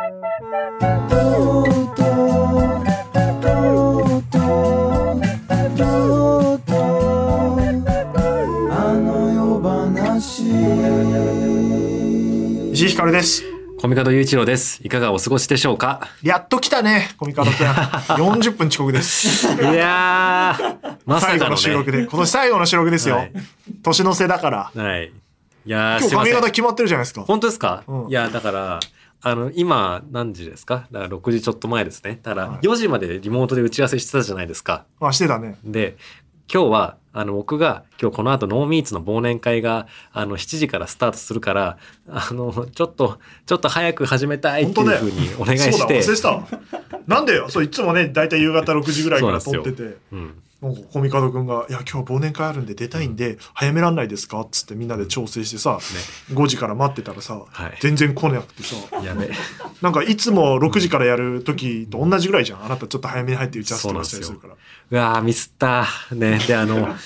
石井ひかるです。 コミカド雄一郎です。いかがお過ごしでしょうか。 やっと来たね、コミカドくん。40分遅刻です。 いやー、まさかのね、最後の収録で、今年最後の収録ですよ。はい、年の瀬だから。 はい。いやー、 今日髪型決まってるじゃないですか。 本当ですか、いや、だから、今、何時ですか？だから6時ちょっと前ですね。だから4時までリモートで打ち合わせしてたじゃないですか。 あ、してたね。 で、今日は、僕が今日この後ノーミーツの忘年会が7時からスタートするから、ちょっと早く始めたいっていうふうにお願いして。 そうだ、忘れてた。なんでよ、そういつもね、だいたい夕方6時ぐらいから撮ってて。なんかコミカドくんが、いや今日忘年会あるんで出たいんで、早めらんないですかっつってみんなで調整してさ、5時から待ってたらさ、全然来なくてさ、 やべ。 なんかいつも6時からやる時と同じぐらいじゃん。あなたちょっと早めに入って打ち合わせとかしたりするから。 うわー、ミスったね。で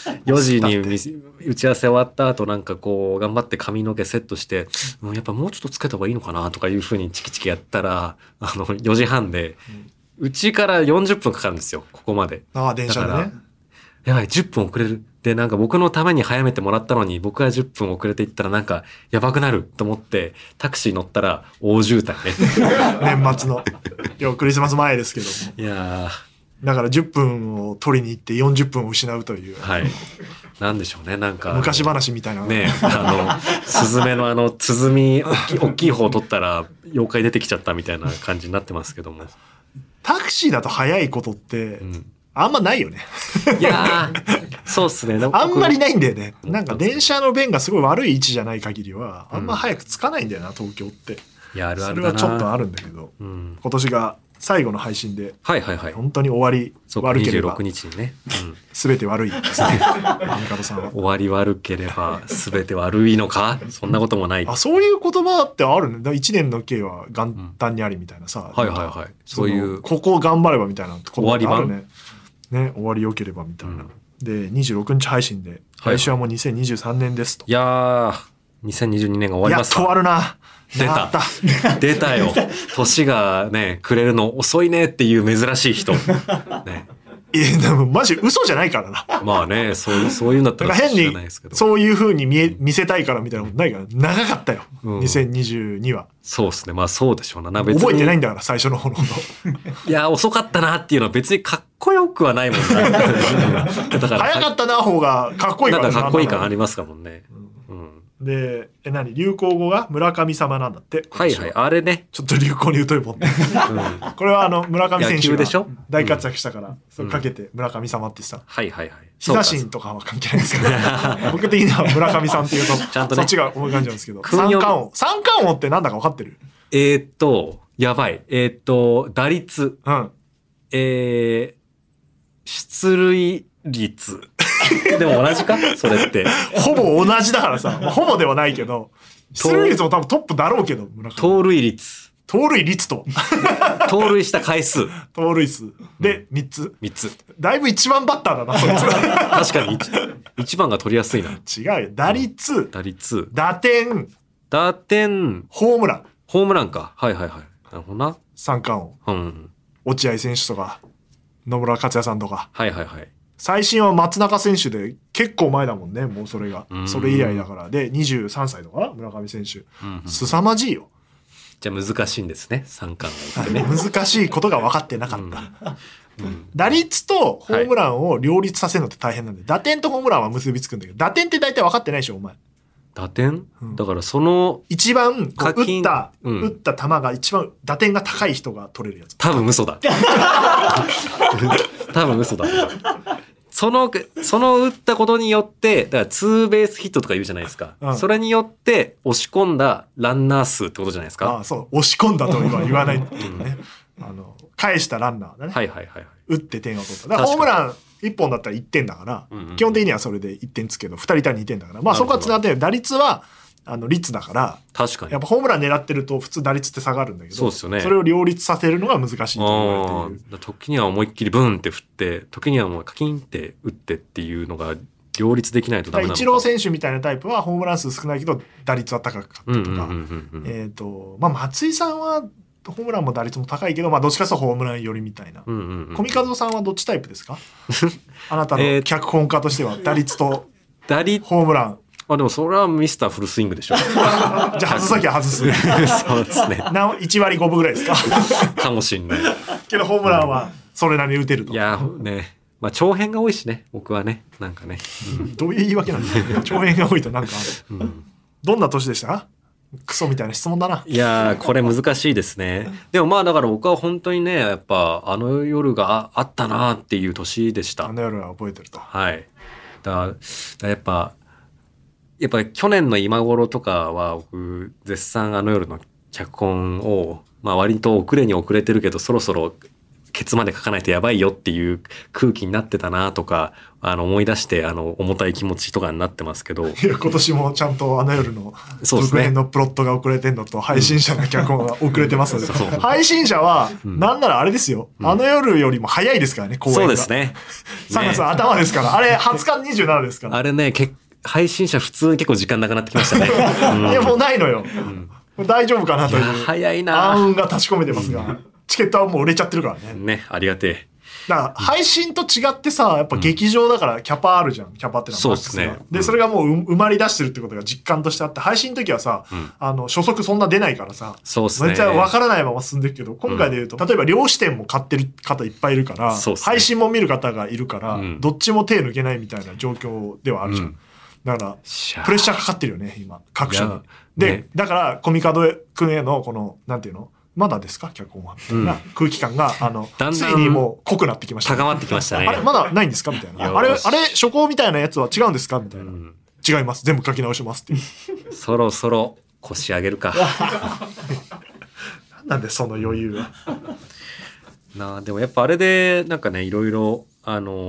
4時に打ち合わせ終わった後なんかこう頑張って髪の毛セットして、やっぱもうちょっとつけた方がいいのかなとかいうふうにチキチキやったら4時半で、うちから40分かかるんですよ、ここまで。 ああ、電車でね。 やばい、10分遅れる。で、なんか僕のために早めてもらったのに、僕が10分遅れていったらなんかやばくなると思って、タクシー乗ったら大渋滞ね。年末の。今日クリスマス前ですけども。 いやー。だから10分を取りに行って40分を失うという。 はい。なんでしょうね、なんか。 昔話みたいな。 ね、スズメの鼓、大きい方を取ったら妖怪出てきちゃったみたいな感じになってますけども。 タクシーだと早いことって、あんまないよね。 いやー、そうっすね。 あんまりないんだよね。なんか電車の便がすごい悪い位置じゃない限りは、あんま早く着かないんだよな、東京って。 いや、あるあるだな。 それはちょっとあるんだけど、今年が最後の配信で、本当に終わり悪ければ、 26日にね、 全て悪いですね。アミカドさんは。 終わり悪ければ全て悪いのか？そんなこともない。 あ、そういう言葉ってあるね。1年の計は元旦にありみたいなさ。 はいはいはい。そういう。 ここを頑張ればみたいな言葉があるね。ね、終わり良ければみたいな。で、26日配信で、来週はもう2023年ですと。 いやー、2022年が終わりました。 やっと終わるな。 出たよ。年がね、くれるの遅いねっていう珍しい人。ね。 でもマジ嘘じゃないからな。 まあね、そういうんだったら変にそういう風に見せたいからみたいなことないから、長かったよ。2022は。 そうですね。まあそうでしょうな。 覚えてないんだから最初の方のこと。 いや遅かったなっていうのは別にかっこよくはないもんね。だから早かったな方がかっこいいから。 なんかかっこいい感ありますかもんね。 で、流行語が村神様なんだって。 はいはい、あれね。 ちょっと流行に疎いもんね。これは村上選手が大活躍したから、それかけて村神様ってさ。 はいはいはい。 膝神とかは関係ないんですけど、僕的には村上さんっていうと、ちゃんとそっちが思い感じなんですけど、三冠王ってなんだか分かってる？ やばい。打率。出塁率。でも同じかそれって。 ほぼ同じだからさ。ほぼではないけど、出塁率も多分トップだろうけど、 盗塁率。 盗塁率と。 盗塁した回数。 盗塁数。で、3つ。 3つ。 だいぶ一番バッターだな、そいつ。 確かに1番が取りやすいな。 違うよ。打率。打点。 ホームラン。 ホームランか。はいはいはい。なるほどな。 三冠王。落合選手とか、野村克也さんとか。 はいはいはい。 最新は松中選手で結構前だもんね、もうそれが。それ以来だから。で、23歳とか村上選手。凄まじいよ。 じゃあ難しいんですね、三冠王ってね。 難しいことが分かってなかった。打率とホームランを両立させるのって大変なんで、打点とホームランは結びつくんだけど、打点って大体分かってないでしょ、お前。 打点、だからその一番打った球が一番打点が高い人が取れるやつ。 多分嘘だ。多分嘘だ。その打ったことによって、だからツーベースヒットとか言うじゃないですか。それによって押し込んだランナー数ってことじゃないですか。 ああ、そう。押し込んだとは言わないけどね。返したランナーだね。 はいはいはい。 打って点を取った。だからホームラン1本だったら1点だから、基本的にはそれで1点つけど、2人いたら2点だから、まあそこはつながってる。打率は、率だから、 確かに。 やっぱホームラン狙ってると普通打率って下がるんだけど、 そうですよね。 それを両立させるのが難しいと言われている。 時には思いっきりブーンって振って、時にはもうカキンって打ってっていうのが両立できないとダメなのか。 イチロー選手みたいなタイプはホームラン数少ないけど打率は高かったとか、まあ松井さんはホームランも打率も高いけど、まあどっちかというとホームラン寄りみたいな。コミカドさんはどっちタイプですか？あなたの脚本家としては打率とホームラン。 でもそれはミスターフルスイングでしょ。じゃあ外すときは外す。 そうですね。 1割5分ぐらいですか？ かもしんない。 けどホームランはそれなりに打てると。 いやね。まあ長編が多いしね、僕はね、なんかね。 どういう言い訳なんですか？長編が多いとなんかある。どんな年でしたか？クソみたいな質問だな。 いやー、これ難しいですね。でもまあだから僕は本当にね、やっぱあの夜があったなっていう年でした。 あの夜は覚えてると。 はい。やっぱ去年の今頃とかは僕絶賛あの夜の脚本を、まあ割と遅れに遅れてるけどそろそろケツまで書かないとやばいよっていう空気になってたなとか思い出して重たい気持ちとかになってますけど、いや今年もちゃんとあの夜の続編のプロットが遅れてんのと配信者の脚本が遅れてますので、配信者はなんならあれですよ、あの夜よりも早いですからね、公演が。そうですね。3月の頭ですから、あれ20日27ですから。 あれね配信者普通に結構時間なくなってきましたね。 いやもうないのよ。大丈夫かなという早いな暗雲が立ち込めてますが、チケットはもう売れちゃってるからね。 ね、ありがてえ。 だから配信と違ってさ、やっぱ劇場だからキャパあるじゃん。キャパってのはそうですね。 でそれがもう埋まり出してるってことが実感としてあって、配信の時はさ、初速そんな出ないからさ、 そうですね。 絶対分からないまま進んでるけど、今回で言うと、例えば両視点も買ってる方いっぱいいるから、配信も見る方がいるから、どっちも手抜けないみたいな状況ではあるじゃん。だからプレッシャーかかってるよね今各所に。でだからコミカド君へのこのなんていうの、まだですか脚本はみたいな空気感がついにもう濃くなってきました、 高まってきましたね。 あれまだないんですかみたいな。あれ初稿みたいなやつは違うんですかみたいな。違います、全部書き直しますってそろそろ腰上げるか。 なんでその余裕は。 でもやっぱあれでなんかねいろいろあんな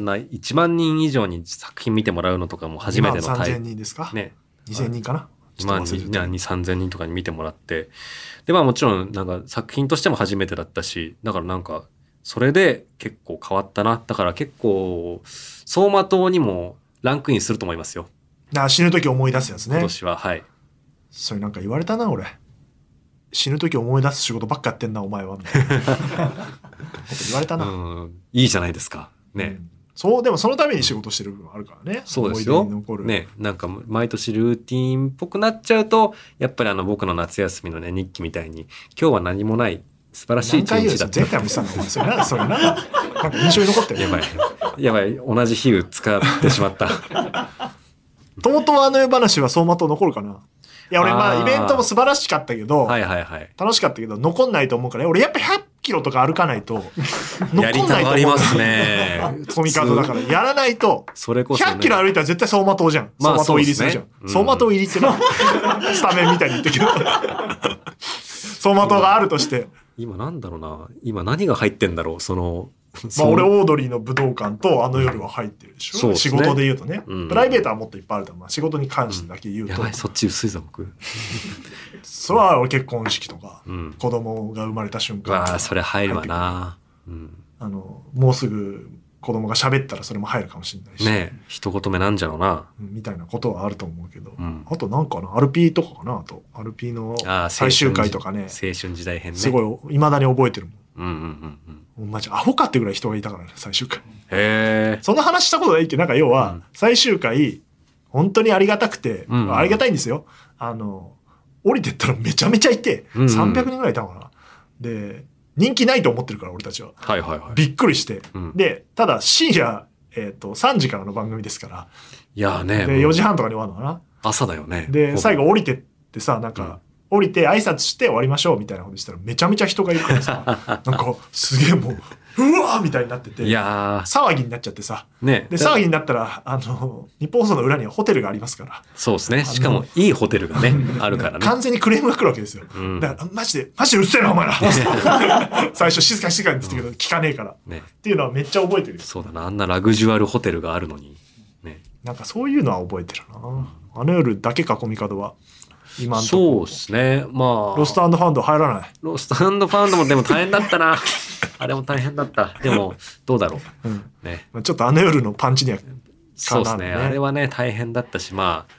1万人以上に作品見てもらうのとかも初めての 2万3000人ですかね。2000人かな。 2万3000人とかに見てもらって、でまあもちろんなんか作品としても初めてだったし、だからなんかそれで結構変わったな。だから結構走馬灯にもランクインすると思いますよ。 死ぬ時思い出すやつね。 今年は。はい。 それなんか言われたな俺。死ぬ時思い出す仕事ばっかやってんなお前はみたいなこと言われたな。 いいじゃないですかね。 そうでもそのために仕事してる部分あるからね。 そうですよ。ね、なんか毎年ルーティーンっぽくなっちゃうとやっぱり僕の夏休みのね日記みたいに今日は何もない素晴らしい一日だった。 前回も言ってたのそれなそれな。なんか印象に残ってる。 やばい同じ比喩使ってしまった。 とうとうあの世話は走馬灯残るかな。いや俺まあイベントも素晴らしかったけど、楽しかったけど残んないと思うから、俺やっぱ100キロとか歩かないとやりたがりますね。 コミカドだからやらないと。 それこそ、ね、 100キロ歩いたら絶対走馬灯じゃん。走馬灯入りするじゃん。走馬灯入りってなスタメンみたいに言ってるけど走馬灯があるとして今なんだろうな、今何が入ってんだろう。 まあ俺オードリーの武道館とあの夜は入ってるでしょ、仕事で言うとね、プライベートはもっといっぱいあると思う。仕事に関してだけ言うと、 やばいそっち薄いぞ僕。 それは俺結婚式とか、子供が生まれた瞬間それ入るわな、 もうすぐ子供が喋ったらそれも入るかもしれないしね、一言目なんじゃろうな、 みたいなことはあると思うけど、あとなんかなアルピーとかかな、あとアルピーの最終回とかね、 青春時代編ね、 すごい未だに覚えてるもん。マジアホかってぐらい人がいたからね最終回。その話したことないって、なんか要は最終回本当にありがたくて、ありがたいんですよ。降りてったらめちゃめちゃいて、300人ぐらいいたのかな。で人気ないと思ってるから俺たちは、びっくりして、でただ深夜、3時からの番組ですから、 いやね、 で4時半とかに終わるのかな。 朝だよね。 で最後降りてってさ、なんか、降りて挨拶して終わりましょうみたいなことしたらめちゃめちゃ人がいるからさなんかすげえもううわーみたいになってて、騒ぎになっちゃってさ、で騒ぎになったら日本放送の裏にはホテルがありますから。 そうですね。しかもいいホテルがねあるからね。 完全にクレームが来るわけですよ。だからマジでうるせえなお前ら最初静かにって言ったけど聞かねえから、っていうのはめっちゃ覚えてるよ。 そうだな、あんなラグジュアルホテルがあるのにね。 なんかそういうのは覚えてるな。あの夜だけかコミカドは。 そうですね。まあロスト&ファウンド入らない。 ロスト&ファウンドもでも大変だったなあれも大変だった。でもどうだろう、 ね、ちょっとあの夜のパンチにはそうですね。あれはね大変だったし、まあ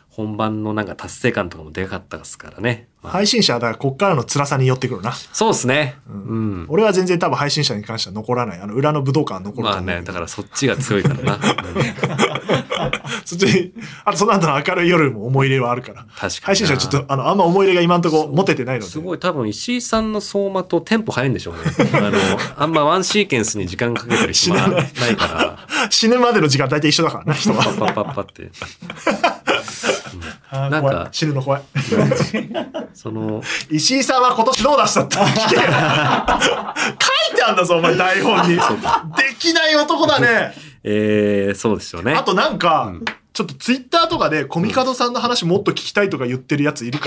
本番のなんか達成感とかもでかかったですからね。 配信者はだからこっからの辛さに寄ってくるな。 そうですね。 俺は全然多分配信者に関しては残らない。裏の武道館は残ると思う。 まあね、だからそっちが強いからな。 そっちに、あとその後の明るい夜も思い入れはあるから。 確かに。 配信者はちょっと、あんま思い入れが今のところ持ててないので。 すごい、多分石井さんの走馬とテンポ早いんでしょうね。あんまワンシーケンスに時間かけてる暇ないから。 死ぬまでの時間大体一緒だからな、人は。 パッパッパッパって。 なんか死ぬの怖い。石井さんは今年どう出したって聞けよ。書いてあんだぞお前台本に。できない男だね。 そうですよね。 あとなんか、ちょっとツイッターとかでコミカドさんの話もっと聞きたいとか言ってるやついるから、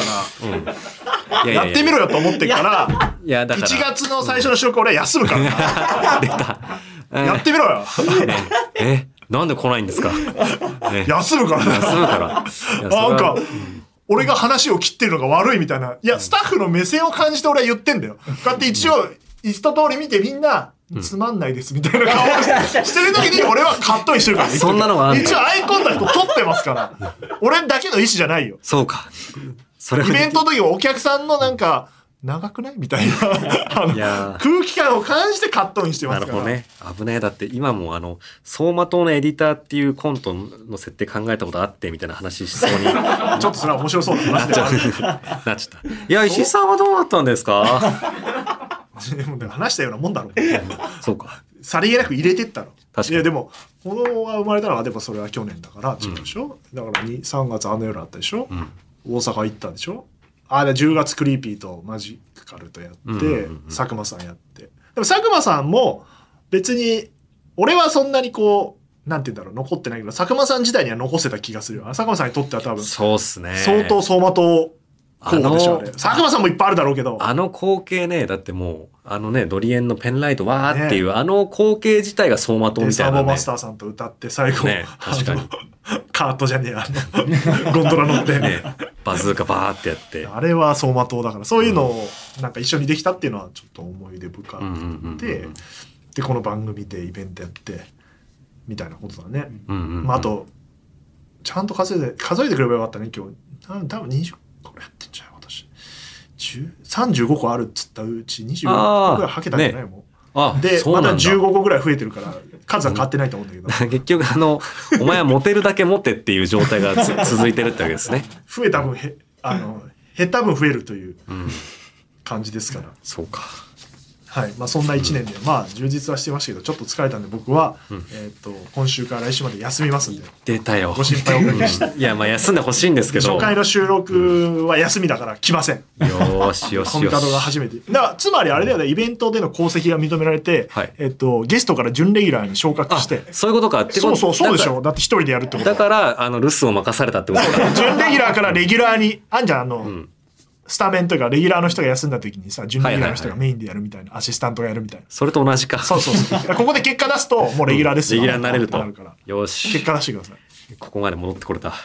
やってみろよと思ってから1月の最初の収録俺は休むからな。出た。やってみろよ。 なんで来ないんですか。 休むからね。 休むから。 なんか、俺が話を切ってるのが悪いみたいな。いや、スタッフの目線を感じて俺は言ってんだよ。こうやって一応、一通り見てみんな、つまんないですみたいな顔をしてる時に俺はカットインしてるからね。 そんなのがある。 一応アイコンタクト取ってますから。俺だけの意思じゃないよ。 そうか。 イベントの時はお客さんのなんか、長くないみたいな空気感を感じてカットインしてますから。 なるほどね。危ない。だって今も走馬灯のエディターっていうコントの設定考えたことあってみたいな話しそうに。 ちょっとそれは面白そうだなっちゃった。いや、石井さんはどうなったんですか。 話したようなもんだろう。 そうか。 さりげなく入れてったの。 確かに。 いやでも子供が生まれたのはでもそれは去年だから違うでしょ。だから3月あの夜あったでしょ。大阪行ったでしょ。10月クリーピーとマジカルとやって佐久間さんやって、でも佐久間さんも別に俺はそんなにこうなんて言うんだろう残ってないけど佐久間さん自体には残せた気がするよ。佐久間さんにとっては多分そうっすね、 相当走馬灯候補でしょ。佐久間さんもいっぱいあるだろうけど、 光景ね、だってもうドリエンのペンライトわーっていう、光景自体が走馬灯みたいな、ね、 サーボマスターさんと歌って最後、 確かにカートじゃねえゴンドラ乗ってバズーカバーってやってあれは走馬灯だから、そういうのをなんか一緒にできたっていうのはちょっと思い出深くて、でこの番組でイベントやってみたいなことだね。あとちゃんと数えてくればよかったね。今日多分20個やってんじゃん私。35個あるっつったうち25個ぐらいはけたんじゃない？もうでまだ15個ぐらい増えてるから数は変わってないと思うんだけど、 結局お前はモテるだけモテっていう状態が続いてるってわけですね。 増えた分減った分増えるという感じですから、 そうか。 はい、そんな1年で、充実はしてましたけどちょっと疲れたんで僕は、今週から来週まで休みますんで。 出たよ。 ご心配おかけして。 いや休んでほしいんですけど。 初回の収録は休みだから来ません。 よしよしよし。 コミカドが初めて。だからつまりあれだよね、イベントでの功績が認められて、ゲストから準レギュラーに昇格して。 そういうことか。ってことそうでしょ。だって一人でやるってこと。 だから留守を任されたってことか。 準レギュラーからレギュラーにあんじゃんスタメンというかレギュラーの人が休んだ時にさ準レギュラーの人がメインでやるみたいな、アシスタントがやるみたいな。 それと同じか。 そうここで結果出すともうレギュラーですよ。 レギュラーになれると。よし。 結果出してください。 ここまで戻ってこれた。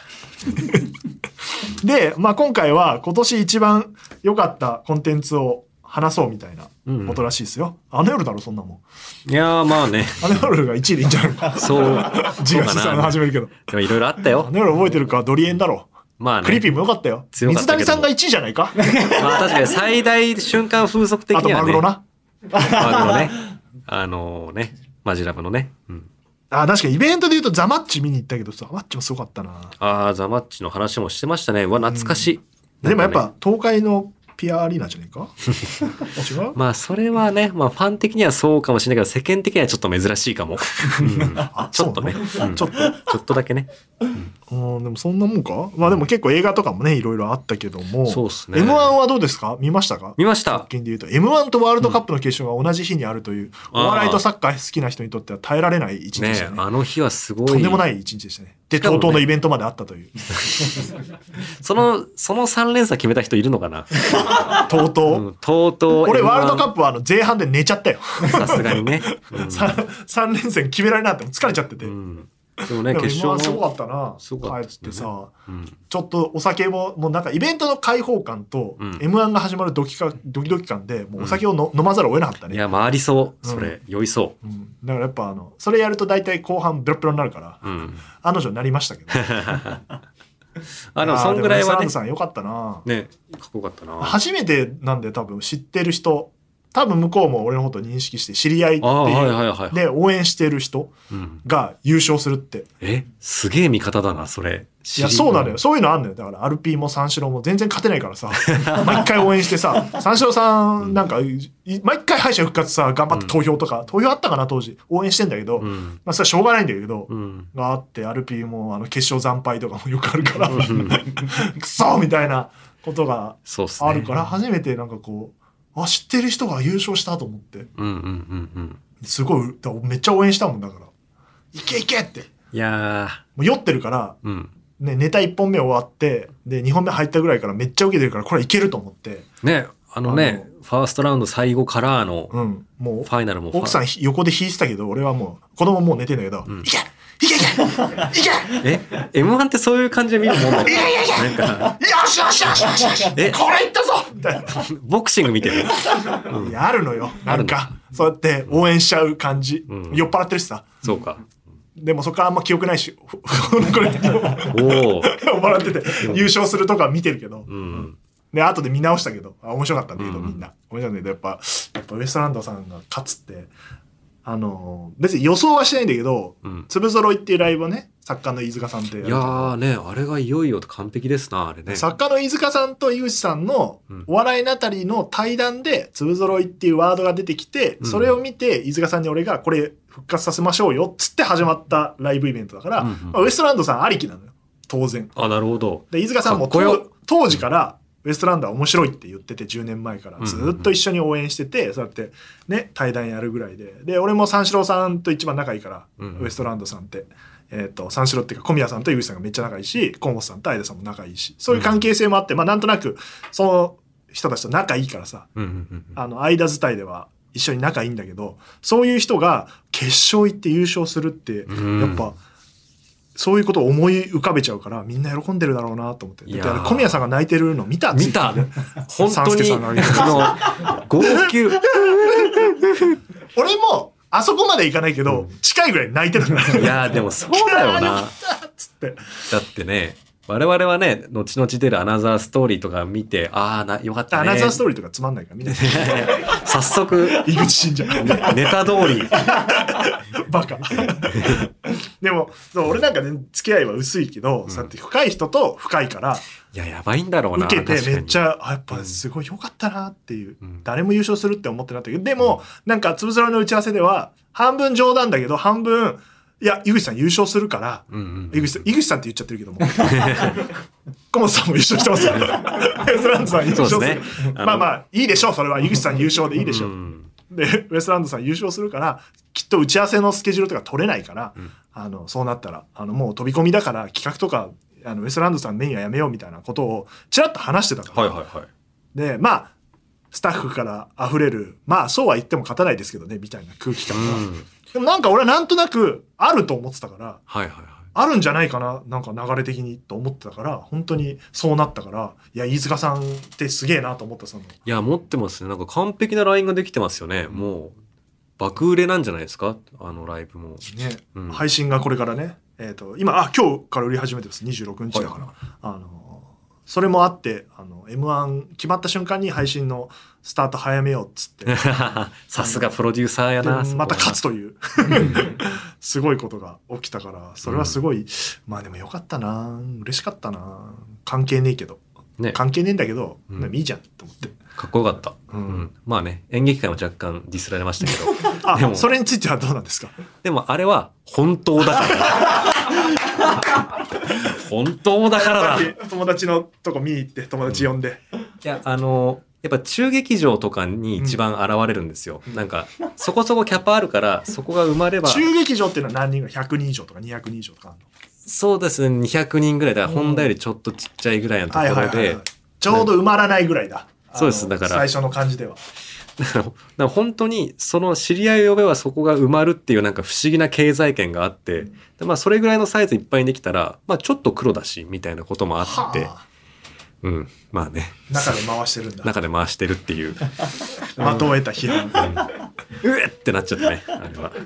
で、今回は今年一番良かったコンテンツを話そうみたいなことらしいですよ。あの夜だろそんなもん。 いやまあね。 あの夜が1位でいいんじゃないか。 そう。 自画自賛始めるけど。 でもいろいろあったよ。 あの夜覚えてるか。ドリエンだろ。クリーピーも良かったよ。水谷さんが1位じゃないか。 確かに最大瞬間風速的にはね。 あとマグロな。 マグロね。マジラブのね。 確かにイベントで言うとザマッチ見に行ったけどザマッチもすごかったな。 ザマッチの話もしてましたね。懐かしい。 でもやっぱ東海のピアアリーナじゃないか。違う？ それはね、ファン的にはそうかもしれないけど世間的にはちょっと珍しいかも。ちょっとね。ちょっとだけね。 でもそんなもんか。でも結構映画とかもねいろいろあったけども。 そうですね。 M1 はどうですか？見ましたか？ 見ました。 直近で言うと M1 とワールドカップの決勝が同じ日にあるという、お笑いとサッカー好きな人にとっては耐えられない一日でしたね。 あの日はすごい。 とんでもない一日でしたね。で、とうとうのイベントまであったという。 その3連鎖決めた人いるのかな。 とうとう。俺ワールドカップは前半で寝ちゃったよ。 さすがにね。 3連戦決められなくても疲れちゃってて。 でもね、決勝もすごかったな。帰ってさ、ちょっとお酒もうなんかイベントの開放感と M1 が始まるドキドキ感でもうお酒を飲まざるを得なかったね。 いや回りそうそれ酔いそう。 だからやっぱそれやると大体後半ベロベロになるから、あの女になりましたけど。 そんぐらいはね。 ウエストランドさんよかったな。 ね、かっこよかったな。 初めてなんで多分知ってる人、多分向こうも俺のこと認識して知り合いっていうで応援してる人が優勝するって。 すげえ見方だな、それ。 いや、そうなのよ。そういうのあんのよ。だから、アルピーも三四郎も全然勝てないからさ、毎回応援してさ、三四郎さんなんか、毎回敗者復活さ、頑張って投票とか、投票あったかな、当時。応援してんだけど、まあ、それはしょうがないんだけど、があって、アルピーも決勝惨敗とかもよくあるから、くそみたいなことがあるから、初めてなんかこう、知ってる人が優勝したと思って、すごい、めっちゃ応援したもんだから、いけいけって。 いやもう酔ってるから、ね、ネタ1本目終わって、で、2本目入ったぐらいからめっちゃ受けてるから、これいけると思って。 ね、ファーストラウンド最後からの、 もう、 ファイナルも。 奥さん横で弾いてたけど、俺はもう、子供もう寝てんだけど、いけいけいけいけ M1 ってそういう感じで見るもんだよ。 いやいやいやなんか、よしよしよしよしよしこれいったぞみたいな。 ボクシング見てる。 いや、あるのよ。なんか、そうやって応援しちゃう感じ。酔っ払ってるしさ。 そうか。 でもそこからあんま記憶ないし、これ、笑ってて、優勝するとか見てるけど、で、後で見直したけど、面白かったんだけど、みんな。面白いんだけど、やっぱウエストランドさんが勝つって、別に予想はしてないんだけど、粒揃いっていうライブをね、作家の飯塚さんってやる。 いやーね、あれがいよいよ完璧ですな、あれね。 作家の飯塚さんと井口さんのお笑いなたりの対談で、粒揃いっていうワードが出てきて、それを見て、飯塚さんに俺がこれ復活させましょうよっつって始まったライブイベントだから、ウエストランドさんありきなのよ。当然。 あ、なるほど。 で、飯塚さんも当時から、ウエストランドは面白いって言ってて、10年前からずっと一緒に応援してて、そうやってね、対談やるぐらいで。で、俺も三四郎さんと一番仲いいから、ウエストランドさんって。三四郎っていうか小宮さんと井口さんがめっちゃ仲いいし、河本さんと相田さんも仲いいし、そういう関係性もあって、まあなんとなく、その人たちと仲いいからさ、間伝いでは一緒に仲いいんだけど、そういう人が決勝行って優勝するって、やっぱ、そういうことを思い浮かべちゃうから、みんな喜んでるだろうなと思って。だって小宮さんが泣いてるの見た本当に、号泣。 俺も、あそこまでいかないけど、近いぐらい泣いてたから。 いやでもそうだよな。 つって。 だってね、我々はね、後々出るアナザーストーリーとか見て、よかったね。 アナザーストーリーとかつまんないから見ない。 早速、 井口信者。 ネタ通り。 バカ。でも、俺なんかね、付き合いは薄いけど、そうやって深い人と深いから、 いや、やばいんだろうな。 受けてめっちゃ、やっぱすごい良かったなっていう。誰も優勝するって思ってなかったけど、でも、なんか、つぶつらの打ち合わせでは、半分冗談だけど、半分、いや、井口さん優勝するから、井口さんって言っちゃってるけども。河本さんも優勝してますよね。ウエストランドさん優勝する。まあまあ、いいでしょう、それは。井口さん優勝でいいでしょう。で、ウエストランドさん優勝するから、きっと打ち合わせのスケジュールとか取れないから、そうなったら、もう飛び込みだから企画とか、ウエストランドさんメインはやめようみたいなことをちらっと話してたから。で、まあ、スタッフから溢れる、まあそうは言っても勝たないですけどね、みたいな空気感が。でもなんか俺はなんとなくあると思ってたから、あるんじゃないかな、なんか流れ的にと思ってたから、本当にそうなったから、いや、飯塚さんってすげえなと思った、 いや、持ってますね。なんか完璧なラインができてますよね。もう、爆売れなんじゃないですか、あのライブも。 ね、配信がこれからね、今日から売り始めてます、26日だから。それもあって、M1 決まった瞬間に配信のスタート早めようっつって。 さすがプロデューサーやな。 また勝つという、すごいことが起きたから、それはすごい、まあでもよかったな、嬉しかったな、関係ねえけど。関係ねえんだけど、いいじゃんと思って。 かっこよかった。まあね、演劇界も若干ディスられましたけど。 でもそれについてはどうなんですか？ でもあれは本当だから。本当だからだ。 友達のとこ見に行って友達呼んで。 いや、やっぱ中劇場とかに一番現れるんですよ。なんか、そこそこキャパあるから、そこが埋まれば。 中劇場っていうのは何人が100人以上とか200人以上とかあるの？ そうですね、200人ぐらいだ。本田よりちょっとちっちゃいぐらいのところで。 ちょうど埋まらないぐらいだ。 そうです、だから。 最初の感じでは。 だから本当にその知り合いを呼べばそこが埋まるっていうなんか不思議な経済圏があって、でまあそれぐらいのサイズいっぱいにできたら、まあちょっと黒だしみたいなこともあって、まあね。 中で回してるんだ。 中で回してるっていう。 まとえた批判。 うえってなっちゃったね、あれは。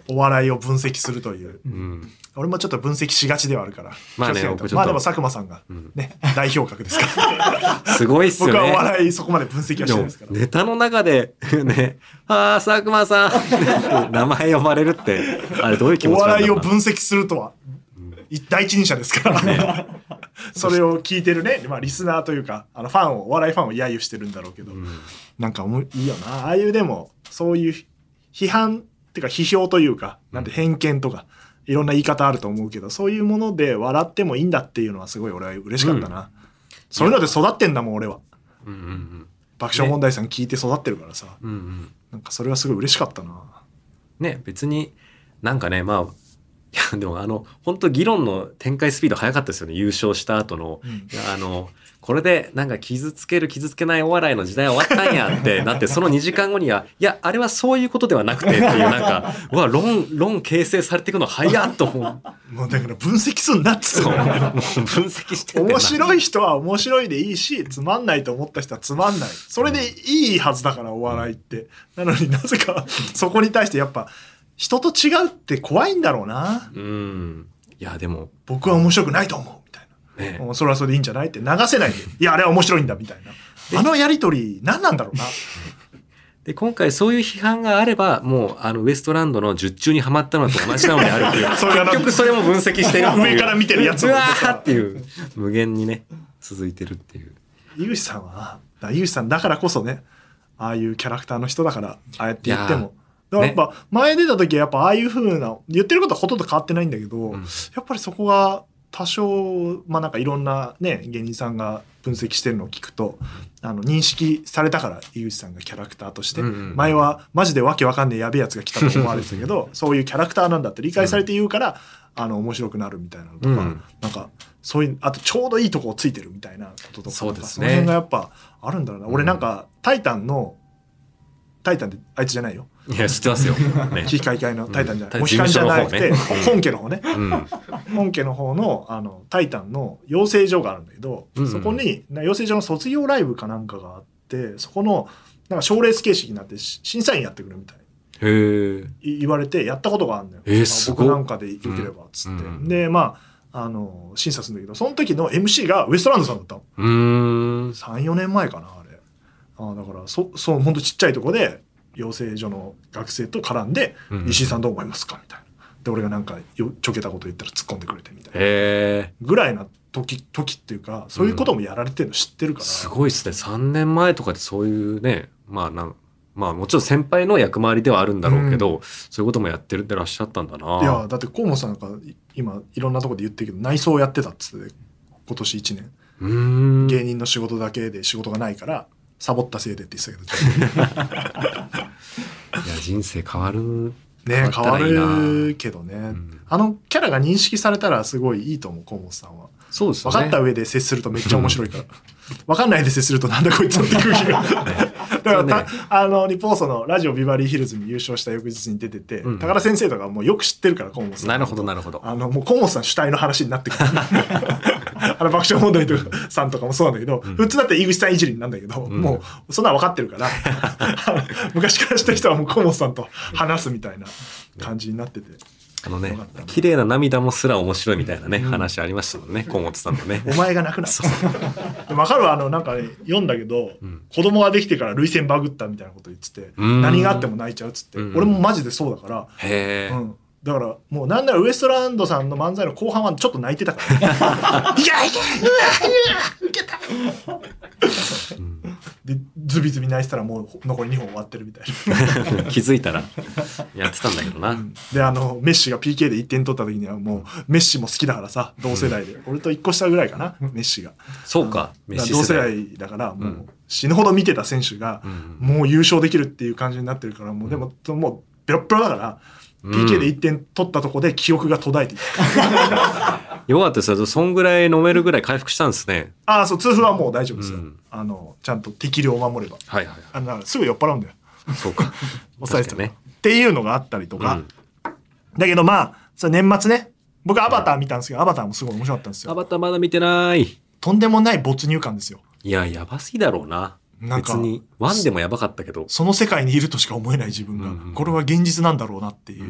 お笑いを分析するという、 うん、 俺もちょっと分析しがちではあるから、 まあね、 まあでも佐久間さんがね、代表格ですからすごいっすよね。 僕はお笑いそこまで分析はしてないですから。 ネタの中でね、ああ佐久間さん名前呼ばれるってあれどういう気持ちなんだろうな。 お笑いを分析するとは、第一人者ですからねそれを聞いてるね、まあリスナーというかファンを、お笑いファンを揶揄してるんだろうけど、なんかいいよな、ああいうでもそういう批判っていうか批評というか、なんて偏見とかいろんな言い方あると思うけど、そういうもので笑ってもいいんだっていうのはすごい俺は嬉しかったな、そういうので育ってんだもん俺は、爆笑問題さん聞いて育ってるからさ、なんかそれはすごい嬉しかったな。 ね、別になんかね、まあいやでも本当議論の展開スピード早かったですよね。優勝した後の、これでなんか傷つける傷つけないお笑いの時代は終わったんやってなって、その2時間後にはいやあれはそういうことではなくてっていう、なんかうわ論形成されていくの早っと思う。 もうだから分析すんなっつって、もう分析してんだよな。 面白い人は面白いでいいし、つまんないと思った人はつまんない、それでいいはずだからお笑いって、なのになぜかそこに対してやっぱ人と違うって怖いんだろうな。 いやでも僕は面白くないと思うみたいな、もうそれはそれでいいんじゃないって流せないで、いやあれは面白いんだみたいな、やりとり何なんだろうなで今回そういう批判があれば、もうウエストランドの術中にはまったのと同じなのであるっていう結局それも分析してるっていう上から見てるやつうわーっていう無限にね続いてるっていう。 井口さんは井口さんだからこそね、ああいうキャラクターの人だからああやって言っても、だからやっぱ前出た時はやっぱああいう風な言ってることはほとんど変わってないんだけど、やっぱりそこが多少まあなんかいろんなね芸人さんが分析してるのを聞くと、認識されたから井口さんがキャラクターとして、前はマジでわけわかんねえやべえやつが来たと思われてたけどそういうキャラクターなんだって理解されて言うから、面白くなるみたいなのとか、なんかそういうあとちょうどいいとこをついてるみたいなこととか、 そうですね、 その辺がやっぱあるんだろうな。俺なんかタイタンってあいつじゃないよ。 いや知ってますよ。 非開会のタイタンじゃない。モヒカンじゃなくて本家の方ね。本家の方のタイタンの養成所があるんだけど、そこに養成所の卒業ライブかなんかがあって、そこのなんか賞レース形式になって審査員やってくるみたい。言われてやったことがあるんだよ。僕なんかでよければっつって。でまあ審査するんだけど、その時の MC がウエストランドさんだったの。3、4年前かなあれ。だからそう本当ちっちゃいとこで養成所の学生と絡んで、石井さんどう思いますかみたいな。で俺がなんかちょけたこと言ったら突っ込んでくれてみたいなぐらいな時っていうか、そういうこともやられてるの知ってるから、 すごいですね。3年前とかでそういうね、まあもちろん先輩の役回りではあるんだろうけど、そういうこともやってるってらっしゃったんだな。 いやだって河本さんなんか今いろんなところで言ってるけど内装やってたっつって今年1年芸人の仕事だけで仕事がないからサボったせいでって言ってたけどいや人生変わるね、変わるけどね、キャラが認識されたらすごいいいと思う。河本さんはそうですね、 分かった上で接するとめっちゃ面白いから分かんないで接するとなんだこいつって空気がだからリポーソのラジオビバリーヒルズに優勝した翌日に出てて、高田先生とかもうよく知ってるから河本さん。 なるほどなるほど。 もう河本さん主体の話になってくる爆笑問題さんとかもそうなんだけど、普通だって井口さんいじりなんだけど、もうそんな分かってるから昔からした人はもう河本さんと話すみたいな感じになってて、 綺麗な涙もすら面白いみたいなね、話ありましたもんね、河本さんのね。 お前が泣くな。分かるわ。なんかね読んだけど、子供ができてから涙腺バグったみたいなこと言ってて、何があっても泣いちゃうっつって、俺もマジでそうだから。だからもうなんならウエストランドさんの漫才の後半はちょっと泣いてたから、ね、いやいやウケたでズビズビ泣いてたらもう残り2本終わってるみたいな気づいたらやってたんだけどな、 でメッシが PK で1点取った時にはもうメッシも好きだからさ、同世代で、俺と1個下ぐらいかな、メッシが。 そうか、メッシ同世代だからもう死ぬほど見てた選手がもう優勝できるっていう感じになってるから、もうでももうベロッベロだから、PK で1点取ったとこで記憶が途絶えていたよかったですよ。そんぐらい飲めるぐらい回復したんですね。 そう痛風はもう大丈夫ですよ、ちゃんと適量を守れば、すぐ酔っ払うんだよ。 そうか抑えてたねっていうのがあったりとか、だけどまあそれ年末ね、僕アバター見たんですけど、アバターもすごい面白かったんですよ。 アバターまだ見てない。 とんでもない没入感ですよ。 いややばすぎだろうな。 なんか別にワンでもやばかったけど、 その世界にいるとしか思えない自分が、これは現実なんだろうなっていう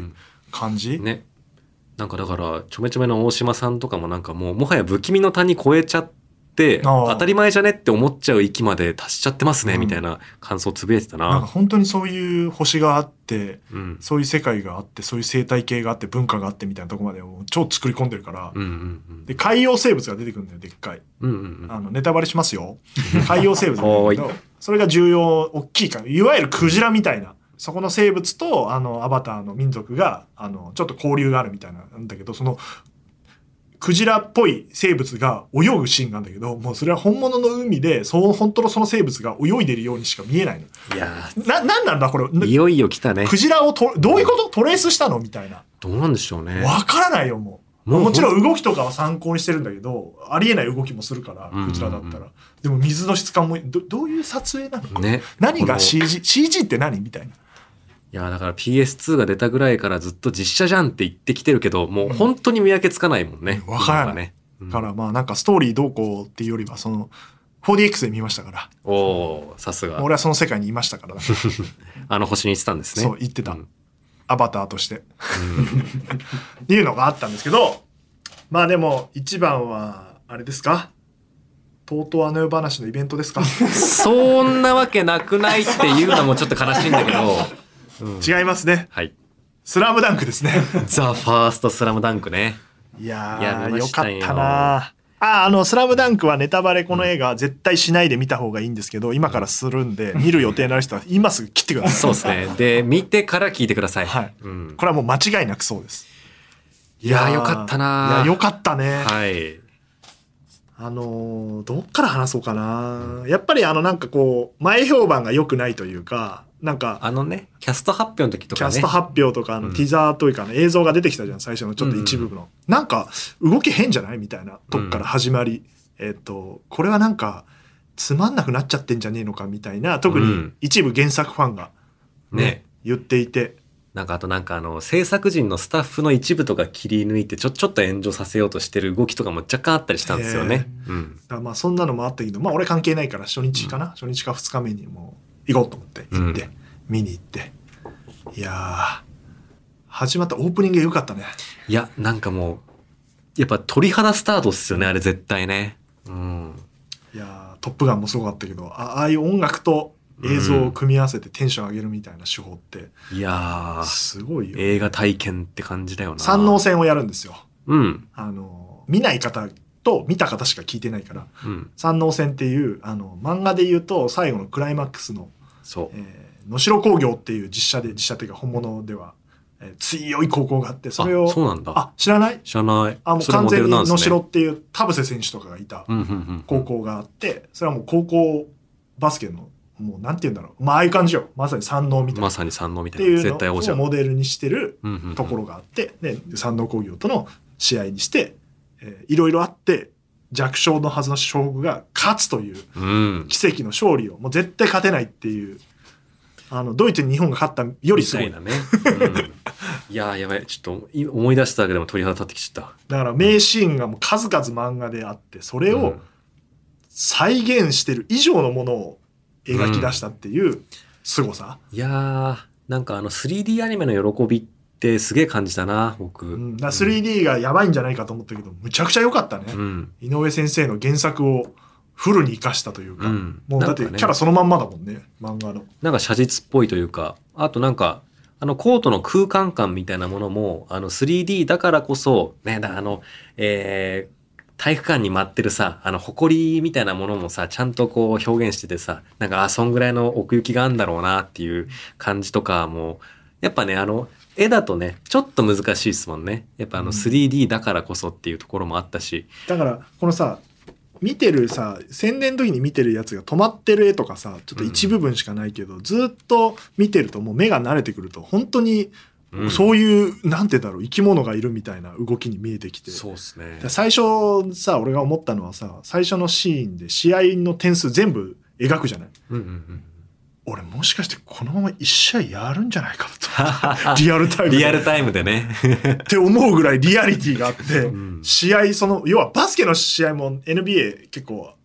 感じね。なんかだからちょめちょめの大島さんとかもなんかもうもはや不気味の谷超えちゃって当たり前じゃねって思っちゃう域まで達しちゃってますね、みたいな感想をつぶやいてたな。 なんか本当にそういう星があって、 うん、 そういう世界があってそういう生態系があって文化があってみたいなところまでもう超作り込んでるから、 うんうんうん、 で海洋生物が出てくるんだよでっかい、 うんうんうん、 ネタバレしますよ海洋生物が出てくるけどそれが重要大きいからいわゆるクジラみたいなそこの生物とアバターの民族がちょっと交流があるみたいなんだけどそのクジラっぽい生物が泳ぐシーンがあるんだけどもうそれは本物の海で本当のその生物が泳いでるようにしか見えないの。 いやなんなんだこれいよいよ来たね。 クジラをどういうことトレースしたのみたいな。 どうなんでしょうね。 わからないよもちろん動きとかは参考にしてるんだけどありえない動きもするからクジラだったら、でも水の質感もどういう撮影なの、 ね、 何が CG って何みたいな。 いやだから PS2 が出たぐらいからずっと実写じゃんって言ってきてるけどもう本当に見分けつかないもんね。 わからない、だからまあなんかストーリーどうこうっていうよりはその 4DX で見ましたから。 おーさすが。 俺はその世界にいましたから星に行ってたんですね。 そう言ってた、アバターとしてっていうのがあったんですけど、まあでも一番はあれですか、とうとうあの世話のイベントですかそんなわけなくないっていうのもちょっと悲しいんだけど、 違いますね。 はい。 スラムダンクですね。 ザ・ファーストスラムダンクね。 いやよかったな。スラムダンクはネタバレこの映画絶対しないで見た方がいいんですけど、今からするんで、見る予定のある人は今すぐ切ってください。 そうですね。で、見てから聞いてください。 はい。これはもう間違いなくそうです。 いやよかったな。 よかったね。 はい。 どっから話そうかな。やっぱりなんかこう、前評判が良くないというか、なんかキャスト発表の時とかね。 キャスト発表とかティザーというか映像が出てきたじゃん、最初のちょっと一部の。なんか、動き変じゃないみたいなとこから始まり、これはなんか、つまんなくなっちゃってんじゃねえのかみたいな、特に一部原作ファンがね、言っていて。 なんか制作陣のスタッフの一部とか切り抜いてちょっと炎上させようとしてる動きとかも若干あったりしたんですよね。 だからまあそんなのもあったけど、まあ俺関係ないから初日か初日か2日目にもう行こうと思って行って、見に行って。いやー、始まったオープニング良かったね。 いや、なんかもう、やっぱ鳥肌スタートっすよね、あれ絶対ね。 いやー、トップガンもすごかったけど、ああいう音楽と映像を組み合わせてテンション上げるみたいな手法って、 いやー、 すごいよ。 映画体験って感じだよな。 三能戦をやるんですよ。見ない方と見た方しか聞いてないから、三能戦っていう、漫画で言うと最後のクライマックスの、能代工業っていう実写っていうか本物では、強い高校があって、それを。 そうなんだ。 知らない？ 知らない。 もう完全に能代っていう田臥選手とかがいた高校があって、それはもう高校バスケの、もうなんて言うんだろう。まあああいう感じよ。まさに三能みたいな。 まさに三能みたいな。絶対王者。 っていうのをモデルにしてるところがあって、で、三能工業との試合にして、いろいろあって、弱小のはずの将軍が勝つという奇跡の勝利を、もう絶対勝てないっていう、ドイツに日本が勝ったよりすごい。 みたいなね。いややばい。ちょっと思い出しただけでも鳥肌立ってきちゃった。 だから名シーンがもう数々漫画であって、それを再現してる以上のものを描き出したっていう凄さ。 いやー、なんか3D アニメの喜びってすげえ感じたな、僕。 3D がやばいんじゃないかと思ったけど、むちゃくちゃ良かったね。井上先生の原作をフルに生かしたというか、もうだってキャラそのまんまだもんね、漫画の。なんか写実っぽいというか、あとなんか、コートの空間感みたいなものも、3D だからこそ、ね、だ体育館に舞ってるさ、埃みたいなものもさ、ちゃんとこう表現しててさ、なんか、そんぐらいの奥行きがあるんだろうなっていう感じとかも、やっぱね、絵だとね、ちょっと難しいですもんね。やっぱ3D だからこそっていうところもあったし。 だから、このさ、見てるさ、宣伝の時に見てるやつが止まってる絵とかさ、ちょっと一部分しかないけど、ずっと見てるともう目が慣れてくると、本当に、そういう、なんて言うんだろう、生き物がいるみたいな動きに見えてきて。 そうですね。 最初さ、俺が思ったのはさ、最初のシーンで試合の点数全部描くじゃない？俺もしかしてこのまま一試合やるんじゃないかなと。リアルタイムで。 リアルタイムでね。 って思うぐらいリアリティがあって、試合要はバスケの試合も NBA 結構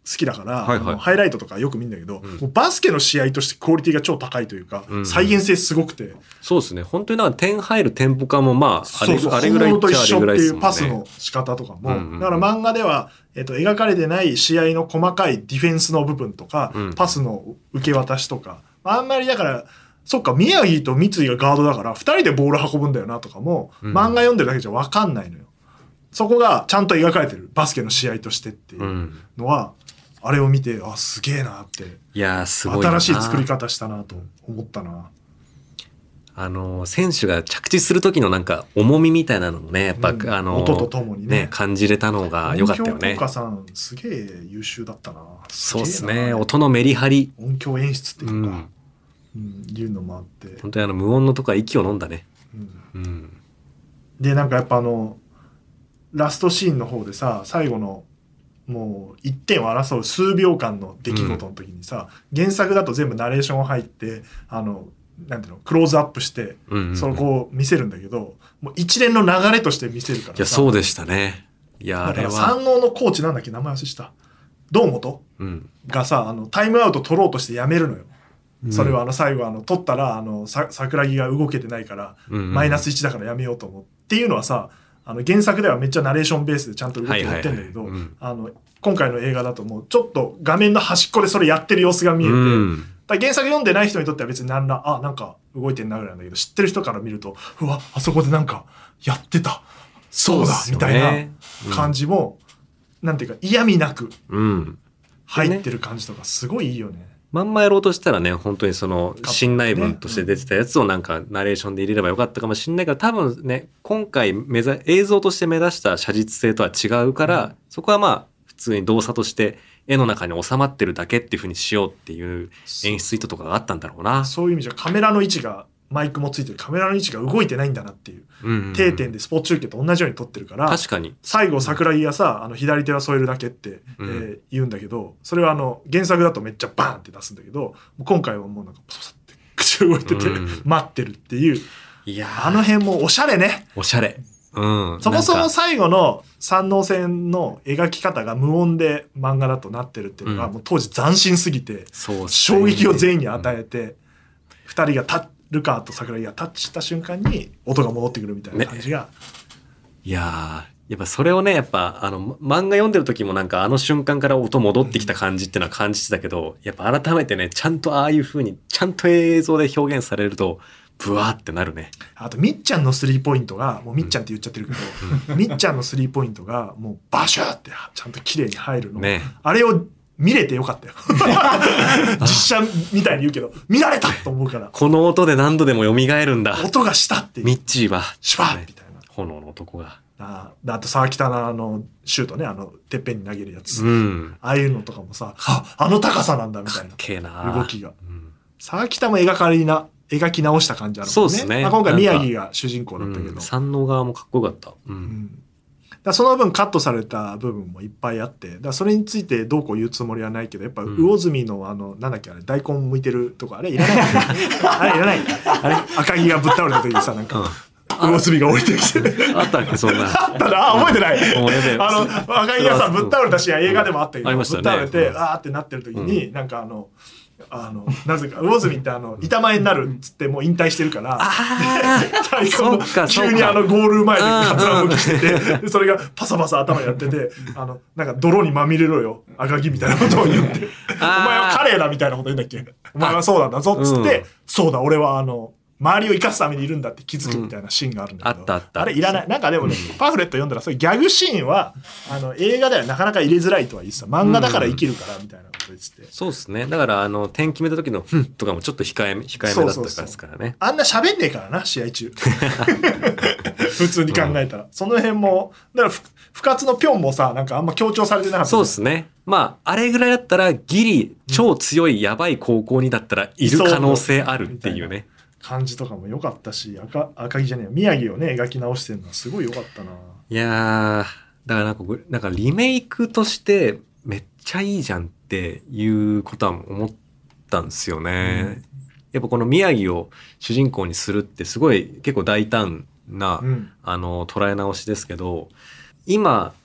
好きだから、 はいはい、 ハイライトとかよく見るんだけど、もうバスケの試合としてクオリティが超高いというか、再現性すごくて。 そうですね。本当になんか点入るテンポ感もまあ、 あれぐらいっちゃあれぐらいですもんね。パスの仕方とかも。だから漫画では、描かれてない試合の細かいディフェンスの部分とか、パスの受け渡しとか、あんまりだから、そっか、宮城と三井がガードだから、二人でボール運ぶんだよなとかも、漫画読んでるだけじゃ分かんないのよ。そこがちゃんと描かれてる。バスケの試合としてっていうのは、あれを見て、あ、すげえなって。 いや、すごいな。 新しい作り方したなと思ったな。 選手が着地する時のなんか重みみたいなのもね、やっぱ、 音とともにね、 感じれたのが良かったよね。 音響効果さん、すげえ優秀だったな。 そうですね。音のメリハリ。 音響演出っていうか、いうのもあって。 本当に無音のとこは息を飲んだね。 で、なんかやっぱラストシーンの方でさ、最後の、もう1点を争う数秒間の出来事の時にさ、原作だと全部ナレーション入ってなんていうの、クローズアップして、そのこう見せるんだけど、もう一連の流れとして見せるからさ。 いや、そうでしたね。いや、あれは。 山王のコーチなんだっけ、名前忘れした。堂本、がさ、タイムアウト取ろうとしてやめるのよ。それは最後取ったら桜木が動けてないから、マイナス1だからやめようと思うっていうのはさ、原作ではめっちゃナレーションベースでちゃんと動きやってんだけど、今回の映画だともうちょっと画面の端っこでそれやってる様子が見えて、原作読んでない人にとっては別になんか動いてんなぐらいなんだけど、知ってる人から見ると、うわ、あそこでなんかやってた、そうだみたいな感じも、なんていうか嫌味なく入ってる感じとかすごいいいよね。 まんまやろうとしたらね、本当に信頼文として出てたやつをなんかナレーションで入れればよかったかもしれないけど、多分ね、今回映像として目指した写実性とは違うから、そこはまあ普通に動作として絵の中に収まってるだけっていう風にしようっていう演出意図とかがあったんだろうな。 そういう意味じゃカメラの位置が、マイクもついてるカメラの位置が動いてないんだなっていう、定点でスポーツ中継と同じように撮ってるから、 確かに最後桜木がさ、左手は添えるだけって、言うんだけど、それは原作だとめっちゃバーンって出すんだけど、今回はもうなんかポソって口動いてて、待ってるっていう。いや、あの辺もおしゃれね。 おしゃれ。 そもそも最後の山王戦の描き方が無音で漫画だとなってるっていうのが、もう当時斬新すぎて、衝撃を全員に与えて、二人がルカと桜木がタッチした瞬間に音が戻ってくるみたいな感じが、 いややっぱそれをね、やっぱ漫画読んでる時もなんか瞬間から音戻ってきた感じっていうのは感じてたけど、やっぱ改めてね、ちゃんとああいう風にちゃんと映像で表現されるとブワーってなるね。 あとみっちゃんのスリーポイントが、もうみっちゃんって言っちゃってるけど、みっちゃんのスリーポイントがもうバシューってちゃんと綺麗に入るの、ね、あれを見れてよかったよ実写みたいに言うけど見られたと思うから、 この音で何度でも蘇るんだ、 音がしたっていう、 ミッチーはシュパーみたいな、 炎の男が、 あと沢北のシュートね、てっぺんに投げるやつ、ああいうのとかもさ、あの高さなんだみたいな動きが、沢北も描き直した感じあるもんね。 そうですね。 今回宮城が主人公だったけど、 山王側もかっこよかった。 その分カットされた部分もいっぱいあって、それについてどうこう言うつもりはないけど、やっぱ魚住のなんだっけ、あれ大根剥いてるとこ、あれいらないあれいらないあれ赤木がぶっ倒れた時にさ、なんか魚住が降りてきてあったっけ、そんな。 あったな、覚えてない赤木がさぶっ倒れたシーン映画でもあったけど、ぶっ倒れてあーってなってる時に、なんかなぜか魚住って板前になるっつってもう引退してるから、急にゴール前でカツラむきしてて、それがパサパサ頭やってて、なんか泥にまみれろよ赤木みたいなことを言ってお前はカレーだみたいなこと言うんだっけ、お前はそうなんだぞっつって、そうだ俺は周りを生かすためにいるんだって気づくみたいなシーンがあるんだけど、あれいらない。なんかでもね、パンフレット読んだらそういうギャグシーンは映画ではなかなか入れづらいとは言ってた。漫画だから生きるからみたいなこと言ってて、 そうですね。だから点決めた時のとかもちょっと控えめだったからですからね。 あんな喋んねえからな、試合中普通に考えたら、その辺もだから不活のピョンもさ、なんかあんま強調されてなかった。 そうですね。まああれぐらいだったらギリ超強いやばい高校にだったらいる可能性あるっていうね。 感じとかも良かったし、赤木じゃねえ宮城をね描き直してるのはすごい良かったな。いやだからなんかリメイクとしてめっちゃいいじゃんっていうことは思ったんですよね。やっぱこの宮城を主人公にするってすごい結構大胆な、捉え直しですけど、今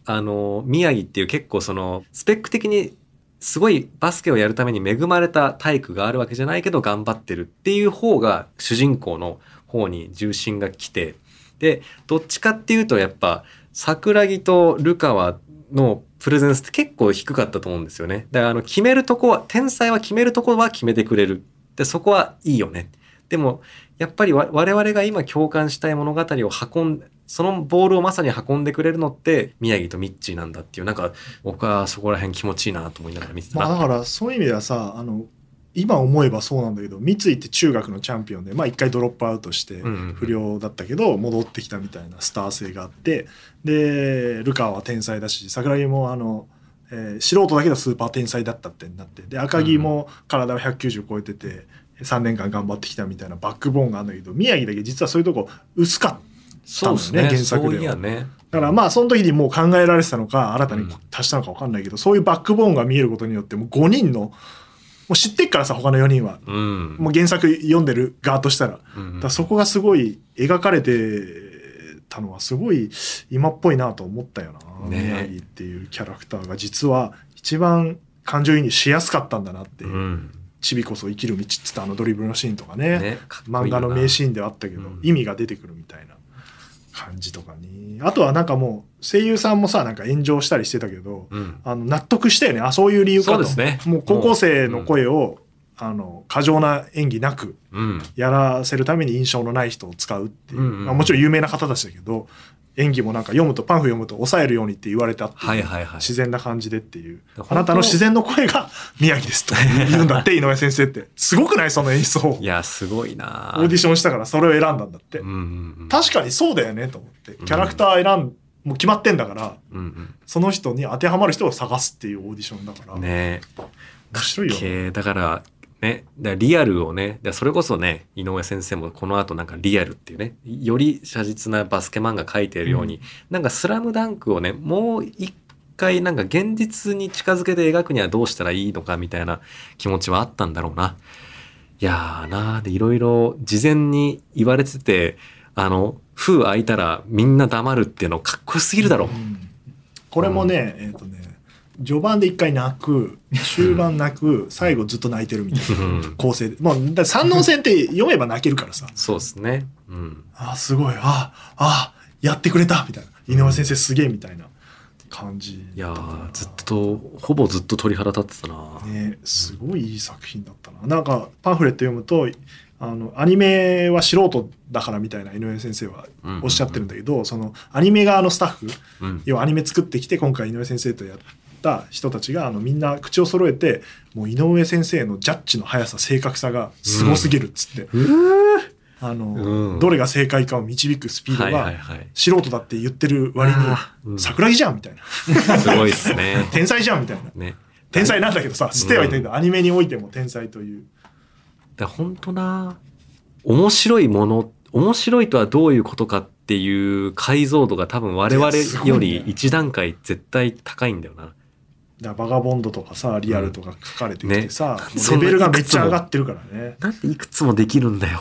宮城っていう結構そのスペック的にすごいバスケをやるために恵まれた体育があるわけじゃないけど頑張ってるっていう方が主人公の方に重心が来て、でどっちかっていうとやっぱ桜木とルカワのプレゼンスって結構低かったと思うんですよね。だから決めるとこは、天才は決めるとこは決めてくれる。でそこはいいよね。でもやっぱり我々が今共感したい物語をそのボールをまさに運んでくれるのって宮城とミッチーなんだっていう、なんか僕はそこら辺気持ちいいなと思いながら見てた。 だからそういう意味ではさ、今思えばそうなんだけど、三井って中学のチャンピオンで、一回ドロップアウトして不良だったけど戻ってきたみたいなスター性があって、でルカは天才だし、桜木も素人だけどスーパー天才だったってなって、で赤木も体は190超えてて3年間頑張ってきたみたいなバックボーンがあるんだけど、宮城だけ実はそういうとこ薄かったんだよね、原作では。だからその時にもう考えられてたのか新たに足したのか分かんないけど、そういうバックボーンが見えることによってもう5人のもう知ってっからさ、他の4人は、もう原作読んでる側としたら、だからそこがすごい描かれてたのはすごい今っぽいなと思ったよな、宮城っていうキャラクターが実は一番感情移入しやすかったんだなっていう、チビこそ生きる道っつったドリブルのシーンとかね、漫画の名シーンではあったけど、意味が出てくるみたいな感じとかに、あとはなんかもう声優さんもさ、なんか炎上したりしてたけど、納得したよね。そういう理由かと。そうですね。もう高校生の声を、過剰な演技なくやらせるために印象のない人を使うっていう、もちろん有名な方たちだけど、演技もなんかパンフ読むと抑えるようにって言われたっていう、自然な感じでっていう、あなたの自然の声が宮城ですと言うんだって井上先生って。すごくない？その演出を。 いやすごいな。 オーディションしたからそれを選んだんだって、確かにそうだよねと思って、キャラクターもう決まってんだから、その人に当てはまる人を探すっていうオーディションだからね。面白いよね。 だからリアルをね、それこそね、井上先生もこの後なんかリアルっていうね、より写実なバスケ漫画描いているように、なんかスラムダンクをね、もう一回なんか現実に近づけて描くにはどうしたらいいのかみたいな気持ちはあったんだろうな。いやーなーでいろいろ事前に言われてて、封開いたらみんな黙るっていうのかっこよすぎるだろう。 これもね、序盤で一回泣く、終盤泣く、最後ずっと泣いてるみたいな構成で。三能線って読めば泣けるからさ。 そうですね。 すごい。やってくれたみたいな。井上先生すげえみたいな感じ。 いやほぼずっと鳥肌立ってたな。 ね、すごいいい作品だったな。なんかパンフレット読むと、アニメは素人だからみたいな井上先生はおっしゃってるんだけど、そのアニメ側のスタッフ、要はアニメ作ってきて今回井上先生とやった人たちがみんな口を揃えて、もう井上先生のジャッジの速さ正確さがすごすぎるっつって、どれが正解かを導くスピードが素人だって言ってる割に桜木じゃんみたいなすごいですね天才じゃんみたいな、天才なんだけどさ、してはいたけどアニメにおいても天才という。 本当な、面白いとはどういうことかっていう解像度が多分我々より一段階絶対高いんだよな。 だバガボンドとかさ、リアルとか書かれてきてさ、レベルがめっちゃ上がってるからね。 なんでいくつもできるんだよ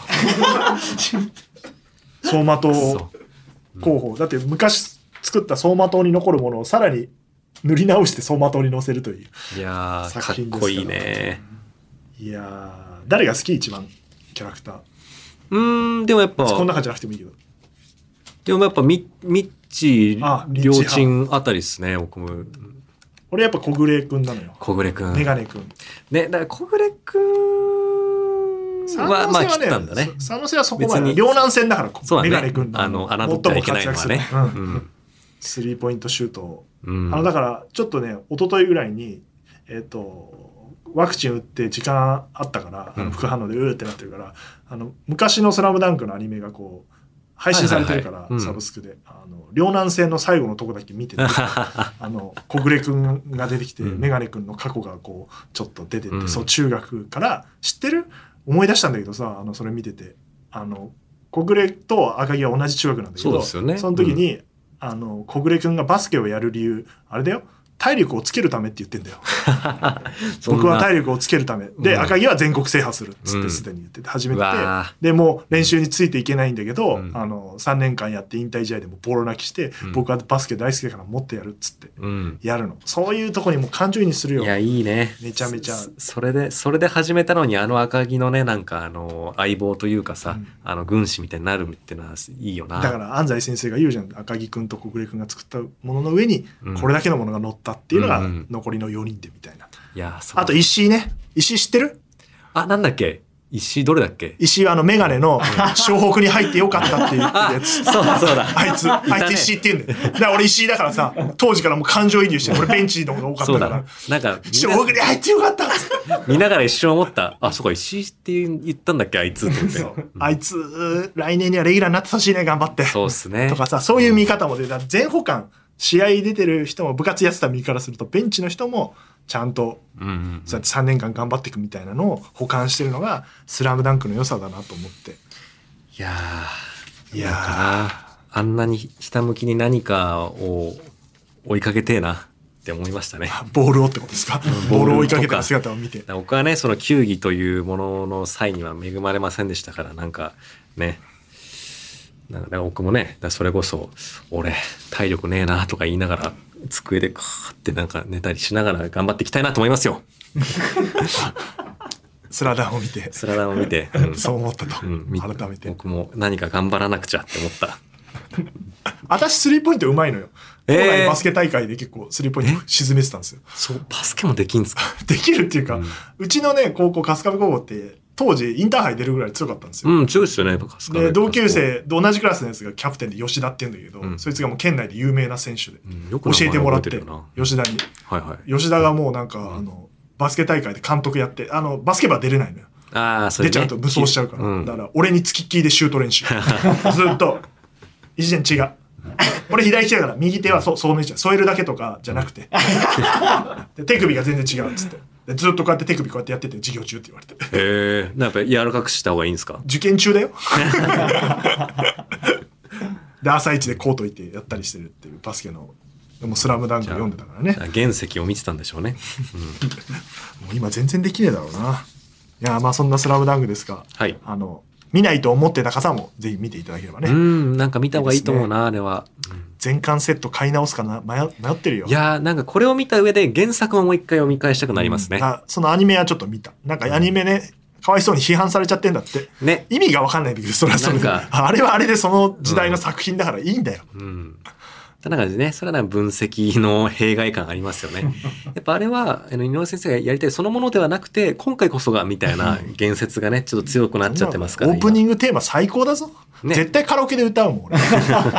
走馬灯候補、だって昔作った走馬灯に残るものをさらに塗り直して走馬灯に載せるという。 いやーかっこいいね。 いやー誰が好き？一番キャラクター。 でもやっぱこんな感じじゃなくてもいいけど、 でもやっぱミッチ両親あたりですね。僕も俺やっぱ小暮くんなのよ。 小暮くん、 メガネくんね。だから小暮くんはまあ切ったんだね。 三能線はそこまで両南線だから、メガネくん侮っちゃいけないのはね、 スリーポイントシュートを、だからちょっとね、一昨日ぐらいにワクチン打って時間あったから、副反応でってなってるから、昔のスラムダンクのアニメがこう配信されてるから、サブスクで両南線の最後のとこだけ見てて小暮くんが出てきて、メガネくんの過去がこうちょっと出てて、そう中学から知ってる？思い出したんだけどさ、それ見てて小暮と赤木は同じ中学なんだけど、その時に小暮くんがバスケをやる理由あれだよ、 体力をつけるためって言ってんだよ。僕は体力をつけるためで、赤城は全国制覇するっつってすでに言ってて始めてて、でもう練習についていけないんだけど、3年間やって引退試合でもボロ泣きして、僕はバスケ大好きだからもっとやるっつってやるの、そういうとこにも感情移入するよ。 いやいいね、 めちゃめちゃ。 それで始めたのに赤城のねなんか相棒というかさ、軍師みたいになるっていうのはいいよな。 だから安西先生が言うじゃん、赤城くんと小暮くんが作ったものの上にこれだけのものが乗ったっていうのが残りの4人でみたいな。 いやあと石井ね、石井知ってる？ なんだっけ、石井どれだっけ？ 石井はメガネの湘北に入ってよかったっていうやつ。 そうだ。 あいつ石井って言うんだよ。だから俺石井だからさ、当時からもう感情移入して、俺ベンチの方が多かったから。 なんか湘北に入ってよかったっつって。 見ながら一瞬思った。そうか、石井って言ったんだっけあいつって。 あいつ来年にはレギュラーになってほしいね、頑張って。 そうっすね。 とかさ、そういう見方も出た。全補完。試合出てる人も部活やってた身からするとベンチの人もちゃんとそうやって3年間頑張っていくみたいなのを補完してるのがスラムダンクの良さだなと思って。 いやあんなにひたむきに何かを追いかけてえなって思いましたね。 ボールをってことですか？ボールを追いかけてる姿を見て。 僕はねその球技というものの際には恵まれませんでしたから、なんかね、僕もねそれこそ俺体力ねえなとか言いながら机でカーってなんか寝たりしながら頑張っていきたいなと思いますよ。 スラダンを見てそう思ったと、改めて僕も何か頑張らなくちゃって思った。 私スリーポイントうまいのよ。バスケ大会で結構スリーポイント沈めてたんですよ。 そうバスケもできんすか？ できるっていうか、うちのね高校春日部高校って当時インターハイ出るぐらい強かったんですよ。 強いですよね。 で同級生同じクラスのやつがキャプテンで吉田って言うんだけど、そいつがもう県内で有名な選手で、教えてもらって吉田に、吉田がもうなんかバスケ大会で監督やってバスケ部は出れないのよ。出ちゃうと武装しちゃうから、だから俺に付きっきりでシュート練習ずっと一年違う。俺左利きだから右手はそうの位置添えるだけとかじゃなくてで手首が全然違うっつってでずっとこうやって手首こうやってやってて授業中って言われて。 やっぱ柔らかくした方がいいんですか？ 受験中だよ。で朝一でコート行ってやったりしてるっていうバスケのでもスラムダンク読んでたからね。 原石を見てたんでしょうね。 もう今全然できねえだろうな。いやそんなスラムダンクですが、見ないと思ってた方もぜひ見ていただければね。 なんか見た方がいいと思うな、あれは。 全巻セット買い直すかな迷ってるよ。 いやなんかこれを見た上で原作ももう一回読み返したくなりますね。 そのアニメはちょっと見た。なんかアニメね、かわいそうに批判されちゃってんだって。ね。意味がわかんないんだけど、それはそれで。あれはあれでその時代の作品だからいいんだよ。 なんかね、それは分析の弊害感ありますよね。やっぱあれは井上先生がやりたいそのものではなくて、今回こそがみたいな言説がねちょっと強くなっちゃってますから。 オープニングテーマ最高だぞ。絶対カラオケで歌うもん俺。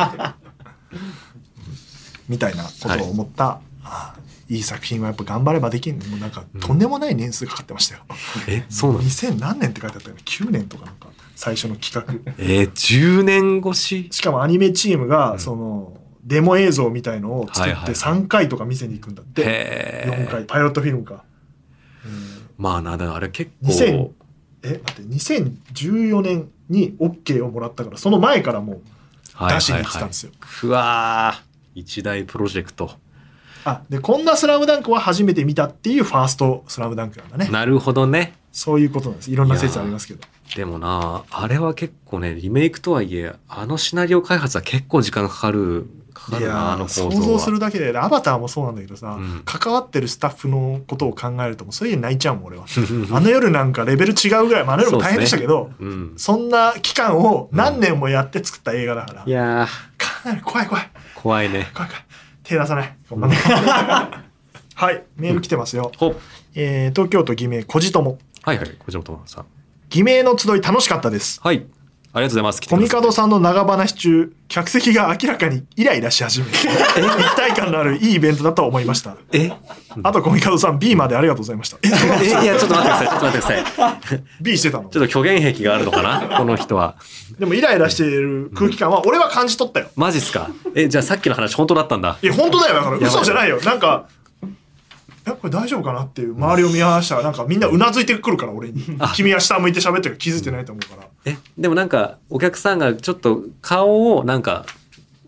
みたいなことを思った、いい作品はやっぱ頑張ればできる。もうなんかとんでもない年数かかってましたよ。 そうなの ？2000何年って書いてあったよね。9年とかなんか最初の企画。 10年越し。 しかもアニメチームがそのデモ映像みたいのを作って3回とか店に行くんだって。4回パイロットフィルムか。 あれ結構。 待って2014年に OK をもらったからその前からもう出しに行ってたんですよ。 うわー。一大プロジェクト。 でこんなスラムダンクは初めて見たっていうファーストスラムダンクなんだね。 なるほどね。 そういうことなんです。いろんな説ありますけど。 でもあれは結構ねリメイクとはいえシナリオ開発は結構時間かかるな構造は。 想像するだけでアバターもそうなんだけどさ、関わってるスタッフのことを考えるともうそういう泣いちゃうもん俺は。夜なんかレベル違うぐらい、夜も大変でしたけど そんな期間を何年もやって作った映画だから、 いやかなり怖いね。 手出さない。はい、メール来てますよ。東京都偽名こじとも。 小じともさん。 偽名の集い楽しかったです。 はい。ありがとうございます。 コミカドさんの長話中、客席が明らかにイライラし始め、一体感のあるいいイベントだと思いました。あとコミカドさん B までありがとうございました。 いやちょっと待ってください。 B してたの。 ちょっと虚言癖があるのかなこの人は。 でもイライラしている空気感は俺は感じ取ったよ。 マジっすか？じゃあさっきの話本当だったんだ。 本当だよ。だから嘘じゃないよ。なんかこれ大丈夫かなっていう周りを見回したらなんかみんなうなずいてくるから俺に。君は下向いて喋ってるから気づいてないと思うから。 でもなんかお客さんがちょっと顔をなんか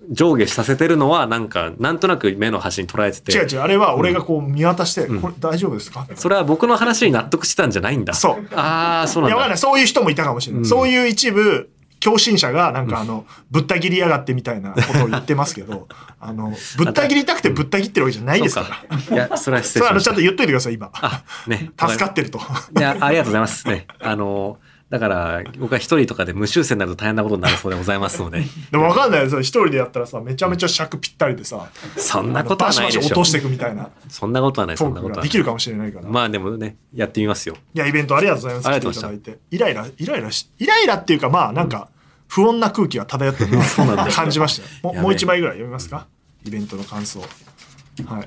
上下させてるのはなんとなく目の端に捉えてて。 違う、あれは俺がこう見渡して、これ大丈夫ですか？ それは僕の話に納得してたんじゃないんだ。 そう。 ああ、そうなんだ。 いや、わかんない。そういう人もいたかもしれない。そういう一部、共振者がなんかぶった切りやがってみたいなことを言ってますけど、ぶった切りたくてぶった切ってるわけじゃないですから。 いや、それは失礼しました。 ちゃんと言っといてください、今。 ね。 助かってると。 いや、ありがとうございますね。だから、僕は一人とかで無修正になると大変なことになるそうでございますので。 でもわかんないですよ。一人でやったらさ、めちゃめちゃ尺ぴったりでさ、 そんなことはないでしょ。 バシバシ落としていくみたいな。 そんなことはない、 そんなことはない。できるかもしれないから。 まあでもね、やってみますよ。 いや、イベントありがとうございます。 ありがとうございます。 来ていただいて。イライラっていうか、まあなんか、不穏な空気が漂ってるのを感じましたよ。もう一枚ぐらい読みますか？イベントの感想。はい。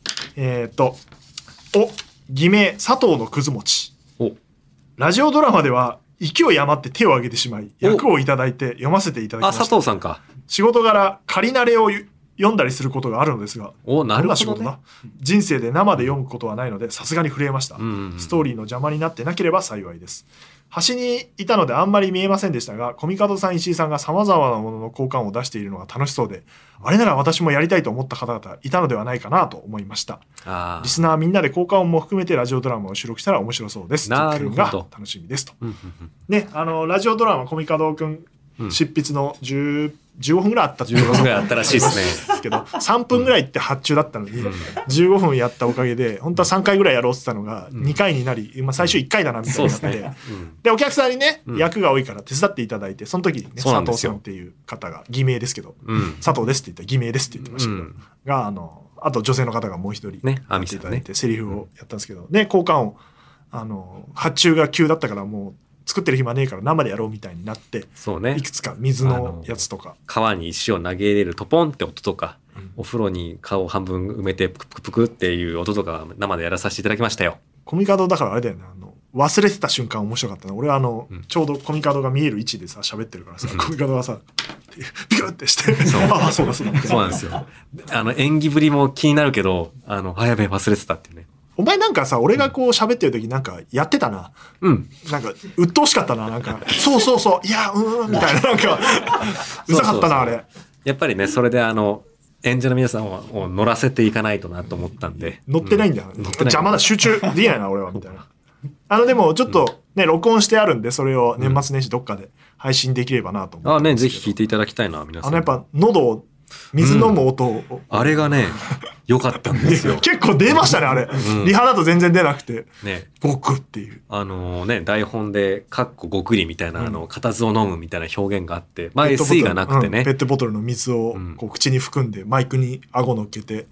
偽名、佐藤のくず餅。ラジオドラマでは、勢い余って手を挙げてしまい、役をいただいて読ませていただきました。 佐藤さんか。 仕事柄、仮慣れを読んだりすることがあるのですが、 なるほどね。 どんな仕事だ？人生で生で読むことはないので、さすがに震えました。ストーリーの邪魔になってなければ幸いです。端にいたのであんまり見えませんでしたが、コミカドさん、石井さんが様々なものの交換を出しているのが楽しそうで、あれなら私もやりたいと思った方々いたのではないかなと思いました。リスナーみんなで交換音も含めてラジオドラマを収録したら面白そうです。 なるほど。 楽しみですと。ね、ラジオドラマコミカドくん執筆の15分ぐらいあった 15分ぐらいあったらしいですね。 ですけど、3分ぐらいって発注だったのに、15分やったおかげで、本当は3回ぐらいやろうって言ったのが、2回になり、最初1回だなみたいになって、で、お客さんにね、役が多いから手伝っていただいて、その時にね、佐藤さんっていう方が、偽名ですけど、佐藤ですって言ったら偽名ですって言ってましたけど、が、あと女性の方がもう一人、やっていただいて、セリフをやったんですけど、ね、交換を、発注が急だったからもう、作ってる暇ねえから生でやろうみたいになって、 そうね、 いくつか水のやつとか川に石を投げ入れるトポンって音とか、お風呂に顔を半分埋めてプクプクプクっていう音とか生でやらさせていただきましたよ。 コミカドだからあれだよね、忘れてた瞬間面白かったな。俺はちょうどコミカドが見える位置でさ喋ってるからさ、コミカドがさピューってしてああそうだそうなんですよ。演技ぶりも気になるけど、やべえ忘れてたっていうね。 お前なんかさ、俺がこう喋ってる時なんかやってたな。なんか、鬱陶しかったな。なんか、そう、いや、みたいな、なんか、うざかったな、あれ。 やっぱりね、それで演者の皆さんを乗らせていかないとなと思ったんで。 乗ってないんだよ。邪魔だ、集中できないな、俺は、みたいな。でも、ちょっとね、録音してあるんで、それを年末年始どっかで配信できればなと思って。 ぜひ聞いていただきたいな、皆さん。 やっぱ、喉を、水飲む音を、 あれがね、良かったんですよ。 結構出ましたね、あれ。リハだと全然出なくて。 ね。 ごくっていう。 台本で、かっこごくりみたいな、固唾を飲むみたいな表現があって、SE がなくてね。 ペットボトルの水をこう口に含んで、マイクに顎乗っけて、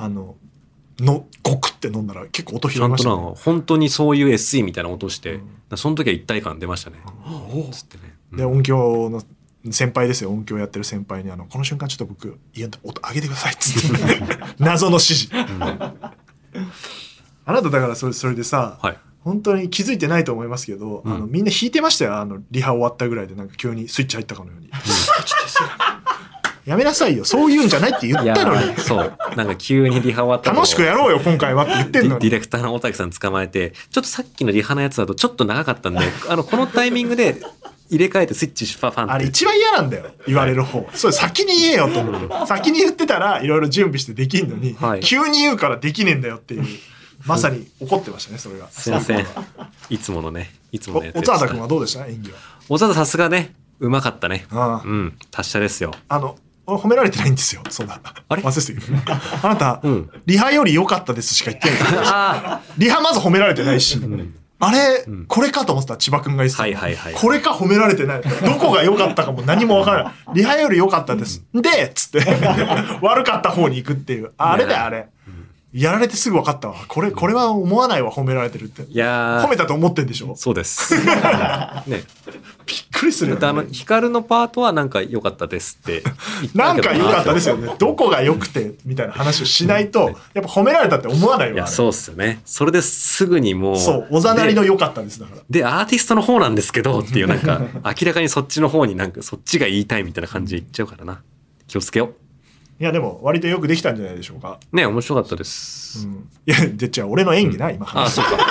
ごくって飲んだら結構音拾いましたね。 本当にそういう SE みたいな音して、その時は一体感出ましたね。 つってね。で、音響の、先輩ですよ、音響やってる先輩にこの瞬間ちょっと僕音上げてくださいっつって謎の指示、あなただからそれでさ、本当に気づいてないと思いますけど、みんな弾いてましたよ、リハ終わったぐらいでなんか急にスイッチ入ったかのように、やめなさいよ、そういうんじゃないって言ったのに。 そうなんか急にリハ終わった楽しくやろうよ今回はって言ってんのに。 ディレクターの大竹さん捕まえて、ちょっとさっきのリハのやつだとちょっと長かったんでこのタイミングで入れ替えてスイッチファンって。 あれ一番嫌なんだよ、言われる方。それ先に言えよと思う。先に言ってたらいろいろ準備してできんのに、急に言うからできねえんだよっていう、まさに怒ってましたね、それが。 すいません。いつものやつでした。 小沢田君はどうでした演技は。 小沢田さすがね、うまかったね。達者ですよ。 俺褒められてないんですよ。そうだ。忘れてたけど。あなた、リハより良かったですしか言ってない。リハまず褒められてないし。あれ、これかと思ってた千葉くんが言ってた。これか褒められてない。どこが良かったかも何も分からない。リハより良かったです。で、つって、悪かった方に行くっていう。あれだよ、あれ。やられてすぐ分かったわ。これは思わないわ、褒められてるって。褒めたと思ってんでしょ。 そうです。ね。 びっくりするよね。 光のパートはなんか良かったですって言ったなんか良かったですよね。どこが良くてみたいな話をしないと、やっぱ褒められたって思わないわ。 いや、そうっすよね。それですぐにもう。 そう、おざなりの良かったですだから。 で、アーティストの方なんですけどっていうなんか、明らかにそっちの方になんかそっちが言いたいみたいな感じで言っちゃうからな。気をつけよう。 いやでも割とよくできたんじゃないでしょうか。 ね、面白かったです。 いや、で、じゃあ俺の演技な、今話。 そうか。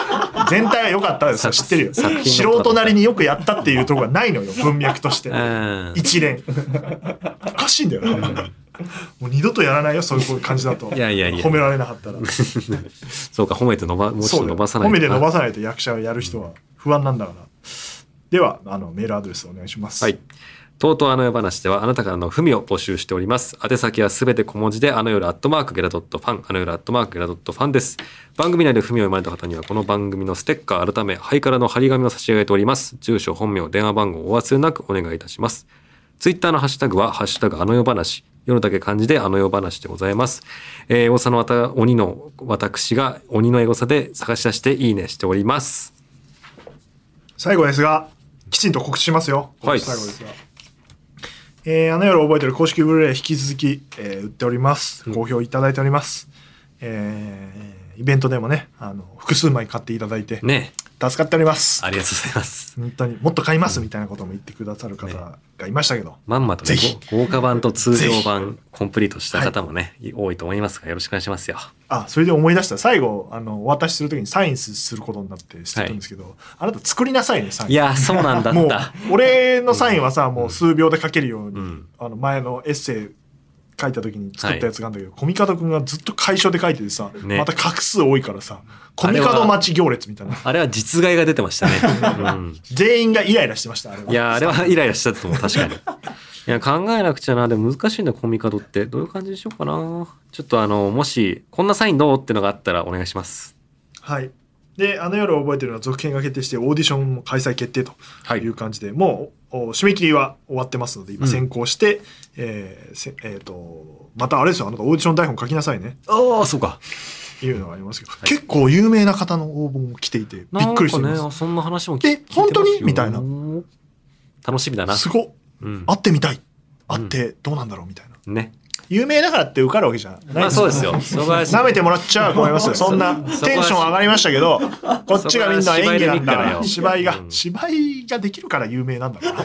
全体は良かったですよ。知ってるよ。素人なりによくやったっていうところがないのよ、文脈として。一連。おかしいんだよな。もう二度とやらないよ、そういう感じだと。褒められなかったら。 そうか、褒めてもうちょっと伸ばさないと。 褒めて伸ばさないと役者をやる人は不安なんだから。では、メールアドレスお願いします。 はい。とうとうあの夜話ではあなたからの文を募集しております。宛先はすべて小文字であの夜ゲラ.fun あの夜ゲラ.fun です。番組内で文を読まれた方にはこの番組のステッカー改めハイカラの張り紙を差し上げております。住所、本名、電話番号をお忘れなくお願いいたします。ツイッターのハッシュタグはハッシュタグあの夜話、夜だけ漢字であの夜話でございます。エゴサの鬼の私が鬼のエゴサで探し出していいねしております。 最後ですがきちんと告知しますよ。 はい。 最後ですが。あの夜覚えてる公式ブルーレイ引き続き、売っております。好評いただいております。イベントでもね、複数枚買っていただいて、 ね、 助かっております。 ありがとうございます。 本当にもっと買いますみたいなことも言ってくださる方がいましたけど、ね、 まんまと、ね、豪華版と通常版コンプリートした方もね、はい、多いと思いますがよろしくお願いしますよ。 それで思い出した。最後お渡しするときにサインすることになってしてるんですけど、はい、あなた作りなさいねサイン。 いやそうなんだった。 もう俺のサインはさ、もう数秒で書けるように、前のエッセイ書いた時に作ったやつがあるんだけど、コミカドくんがずっと楷書で書いててさ、ね、また画数多いからさ、コミカド待ち行列みたいな。 あれは実害が出てましたね。 全員がイライラしてました。 いやあれはイライラしたと思う。確かに。いや考えなくちゃな。でも難しいんだコミカドって。どういう感じにしようかな。ちょっともしこんなサインどうってのがあったらお願いします。 はい。であの夜を覚えてるのは続編が決定してオーディションも開催決定という感じで、もう締め切りは終わってますので今先行して、またあれですよ、あなたオーディション台本書きなさいね。 ああそうか。 いうのがありますけど、結構有名な方の応募も来ていてびっくりしてます。 ね、そんな話も聞いてますよ。 本当にみたいな。 楽しみだな。 すご、会ってみたい。会ってどうなんだろうみたいな。 ね。 有名だからって受かるわけじゃない。 まあそうですよ。 舐めてもらっちゃうと思いますよ。そんなテンション上がりましたけど、こっちがみんな演技なんだから、芝居ができるから有名なんだから。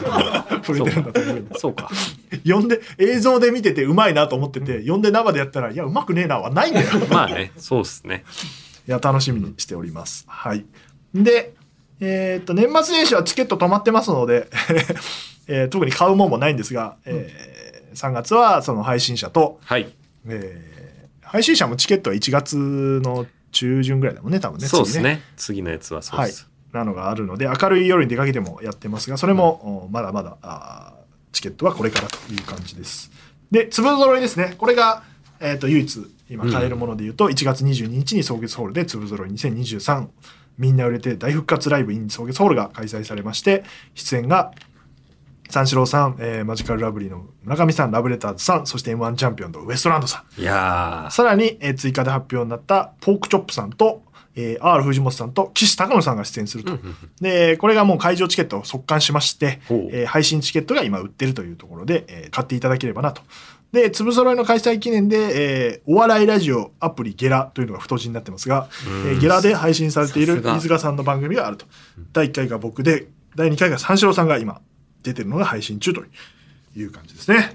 触れてるんだと思う。 そうか。 呼んで映像で見ててうまいなと思ってて、呼んで生でやったらいやうまくねえなはないんだよ。 まあね、そうですね。 いや楽しみにしております。はい。で、年末年始はチケット止まってますので、特に買うもんもないんですが。3月はその配信者と、 はい、 配信者もチケットは1月の中旬ぐらいだもんね多分ね。 そうですね。次のやつはそうです、 はい、なのがあるので明るい夜に出かけてもやってますが、それもまだまだチケットはこれからという感じです。で粒揃いですね。これが、唯一今買えるものでいうと、1月22日に草月ホールで粒揃い2023みんな売れて大復活ライブ in 草月ホールが開催されまして、出演が三四郎さん、マジカルラブリーの村上さん、ラブレターズさん、そして M1 チャンピオンのウエストランドさん。 いやさらに、追加で発表になったポークチョップさんと、R 藤本さんと岸高野さんが出演すると。で、これがもう会場チケットを即完しまして、配信チケットが今売ってるというところで、買っていただければなと。で、粒揃いの開催記念で、お笑いラジオアプリゲラというのが太字になってますが、ゲラで配信されている飯塚さんの番組があると。第1回が僕で、第2回が三四郎さんが今、出てるのが配信中という感じですね。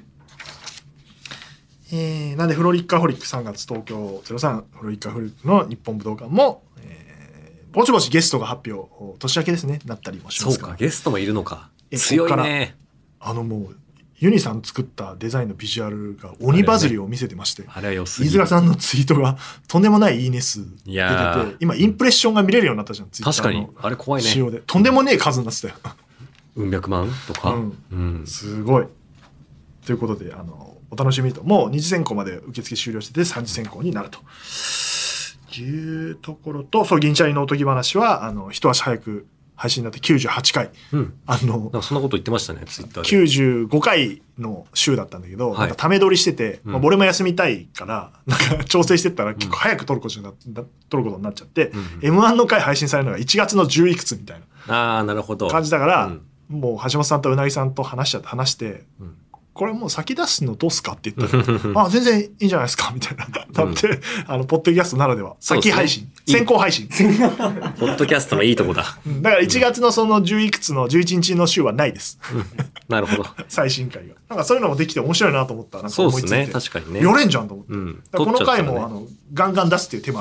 なんでフロリッカホリック3月東京03フロリッカホリックの日本武道館も、ぼちぼちゲストが発表年明けですねなったりもしますから。 そうか、ゲストもいるのか。強いね。 もうユニさん作ったデザインのビジュアルが鬼バズりを見せてまして、 あれは良すぎる。 飯塚さんのツイートがとんでもないいいね数出てて、今インプレッションが見れるようになったじゃん。 確かにあれ怖いね。 仕様でとんでもねえ数になってたよ。 うん百万とか、 すごい。ということでお楽しみと、もう2次選考まで受付終了してて3次選考になるというところと、そう銀チャリのおとぎ話は一足早く配信になって98回、 なんかそんなこと言ってましたねツイッターで。95回の週だったんだけど、なんかため撮りしてて、俺も休みたいからなんか調整してったら結構早く撮ることになっちゃって、M1 の回配信されるのが1月の10いくつみたいななるほど感じだから、もう橋本さんとうなぎさんと話して、これもう先出すのどうすかって言ったら全然いいんじゃないですかみたいな。だってポッドキャストならでは先配信、先行配信ポッドキャストのいいとこだ。 だから1月のその10いくつの11日の週はないです。 なるほど。 最新回がなんかそういうのもできて面白いなと思った。なんかそうですね、確かにね。 やれんじゃんと思って、この回もガンガン出すっていう手もあるよ。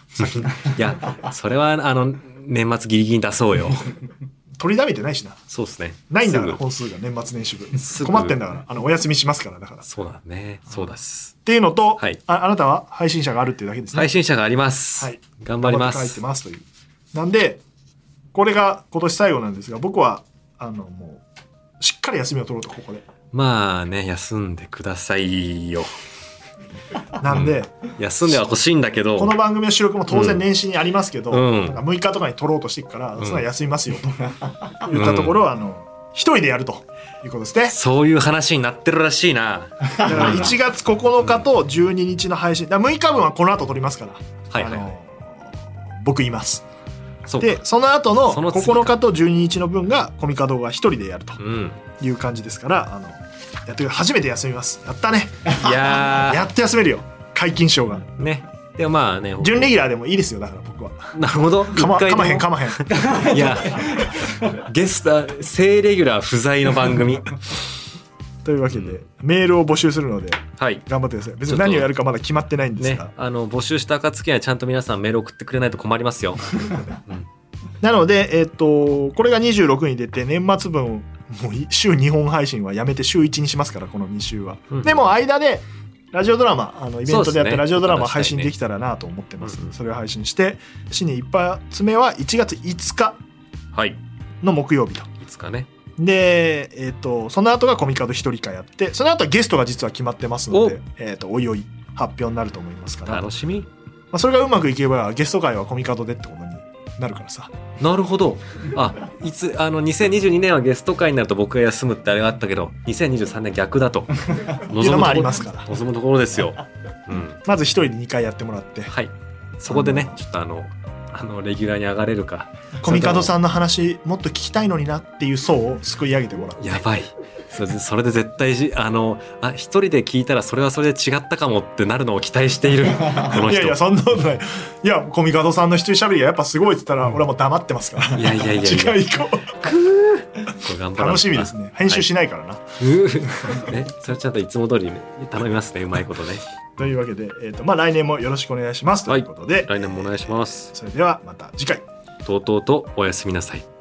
先に。 いや、それは年末ギリギリに出そうよ。 取りだめてないしな。 そうですね。 ないんだから本数が年末年始分。困ってんだからお休みしますからだから。 そうだね。そうだす。 っていうのと、 はい、 あなたは配信者があるっていうだけですね。 配信者があります。はい。頑張ります。 書いてますという。なんでこれが今年最後なんですが、僕はもうしっかり休みを取ろうとここで。 まあね、休んでくださいよ。 なんで、 休んでは欲しいんだけど、 この番組の収録も当然年始にありますけど、なんか6日とかに撮ろうとしていくから、そんな休みますよと言ったところは一人でやるということですね。 そういう話になってるらしいな。 だから1月9日と12日の配信、だから6日分はこの後撮りますから、僕います。でその後の9日と12日の分がコミカドが一人でやるという感じですから、やって初めて休みます。やったね。 いややっと休めるよ、解禁賞がね。でもまあね、 準レギュラーでもいいですよ。だから僕はなるほど、 かまへん。 いやゲスト正レギュラー不在の番組というわけでメールを募集するので、 はい、 頑張ってください。別に何をやるかまだ決まってないんですが、 ね、募集した暁にはちゃんと皆さんメール送ってくれないと困りますよ。 なので、これが26に出て年末分もう週2本配信はやめて週1にしますから、この2週は。でも間でラジオドラマイベントでやってラジオドラマ配信できたらなと思ってます。それを配信して新年一発目は1月5日の木曜日と。 5日ね。 で、その後がコミカド一人会やって、その後はゲストが実は決まってますので、おいおい発表になると思いますから、 楽しみ。 それがうまくいけばゲスト会はコミカドでってことになるからさ。 なるほど。いつ2022年はゲスト会になると僕が休むってあれがあったけど、2023年逆だと望むありますから、 望むところですよ。 まず一人で2回やってもらって、 はい、そこでねちょっとレギュラーに上がれるか、 コミカドさんの話もっと聞きたいのになっていう層をすくい上げてもらって、 やばい、それで絶対一人で聞いたらそれはそれで違ったかもってなるのを期待しているこの人。 いやそんなことない。いやコミカドさんの一人しゃべりがやっぱすごいって言ったら、俺はもう黙ってますから。 いや次回行こう。 楽しみですね。編集しないからな。 それちゃんといつも通り頼みますね、うまいことね。 というわけで、来年もよろしくお願いしますということで、 来年もお願いします。 それではまた次回。 とうとうとおやすみなさい。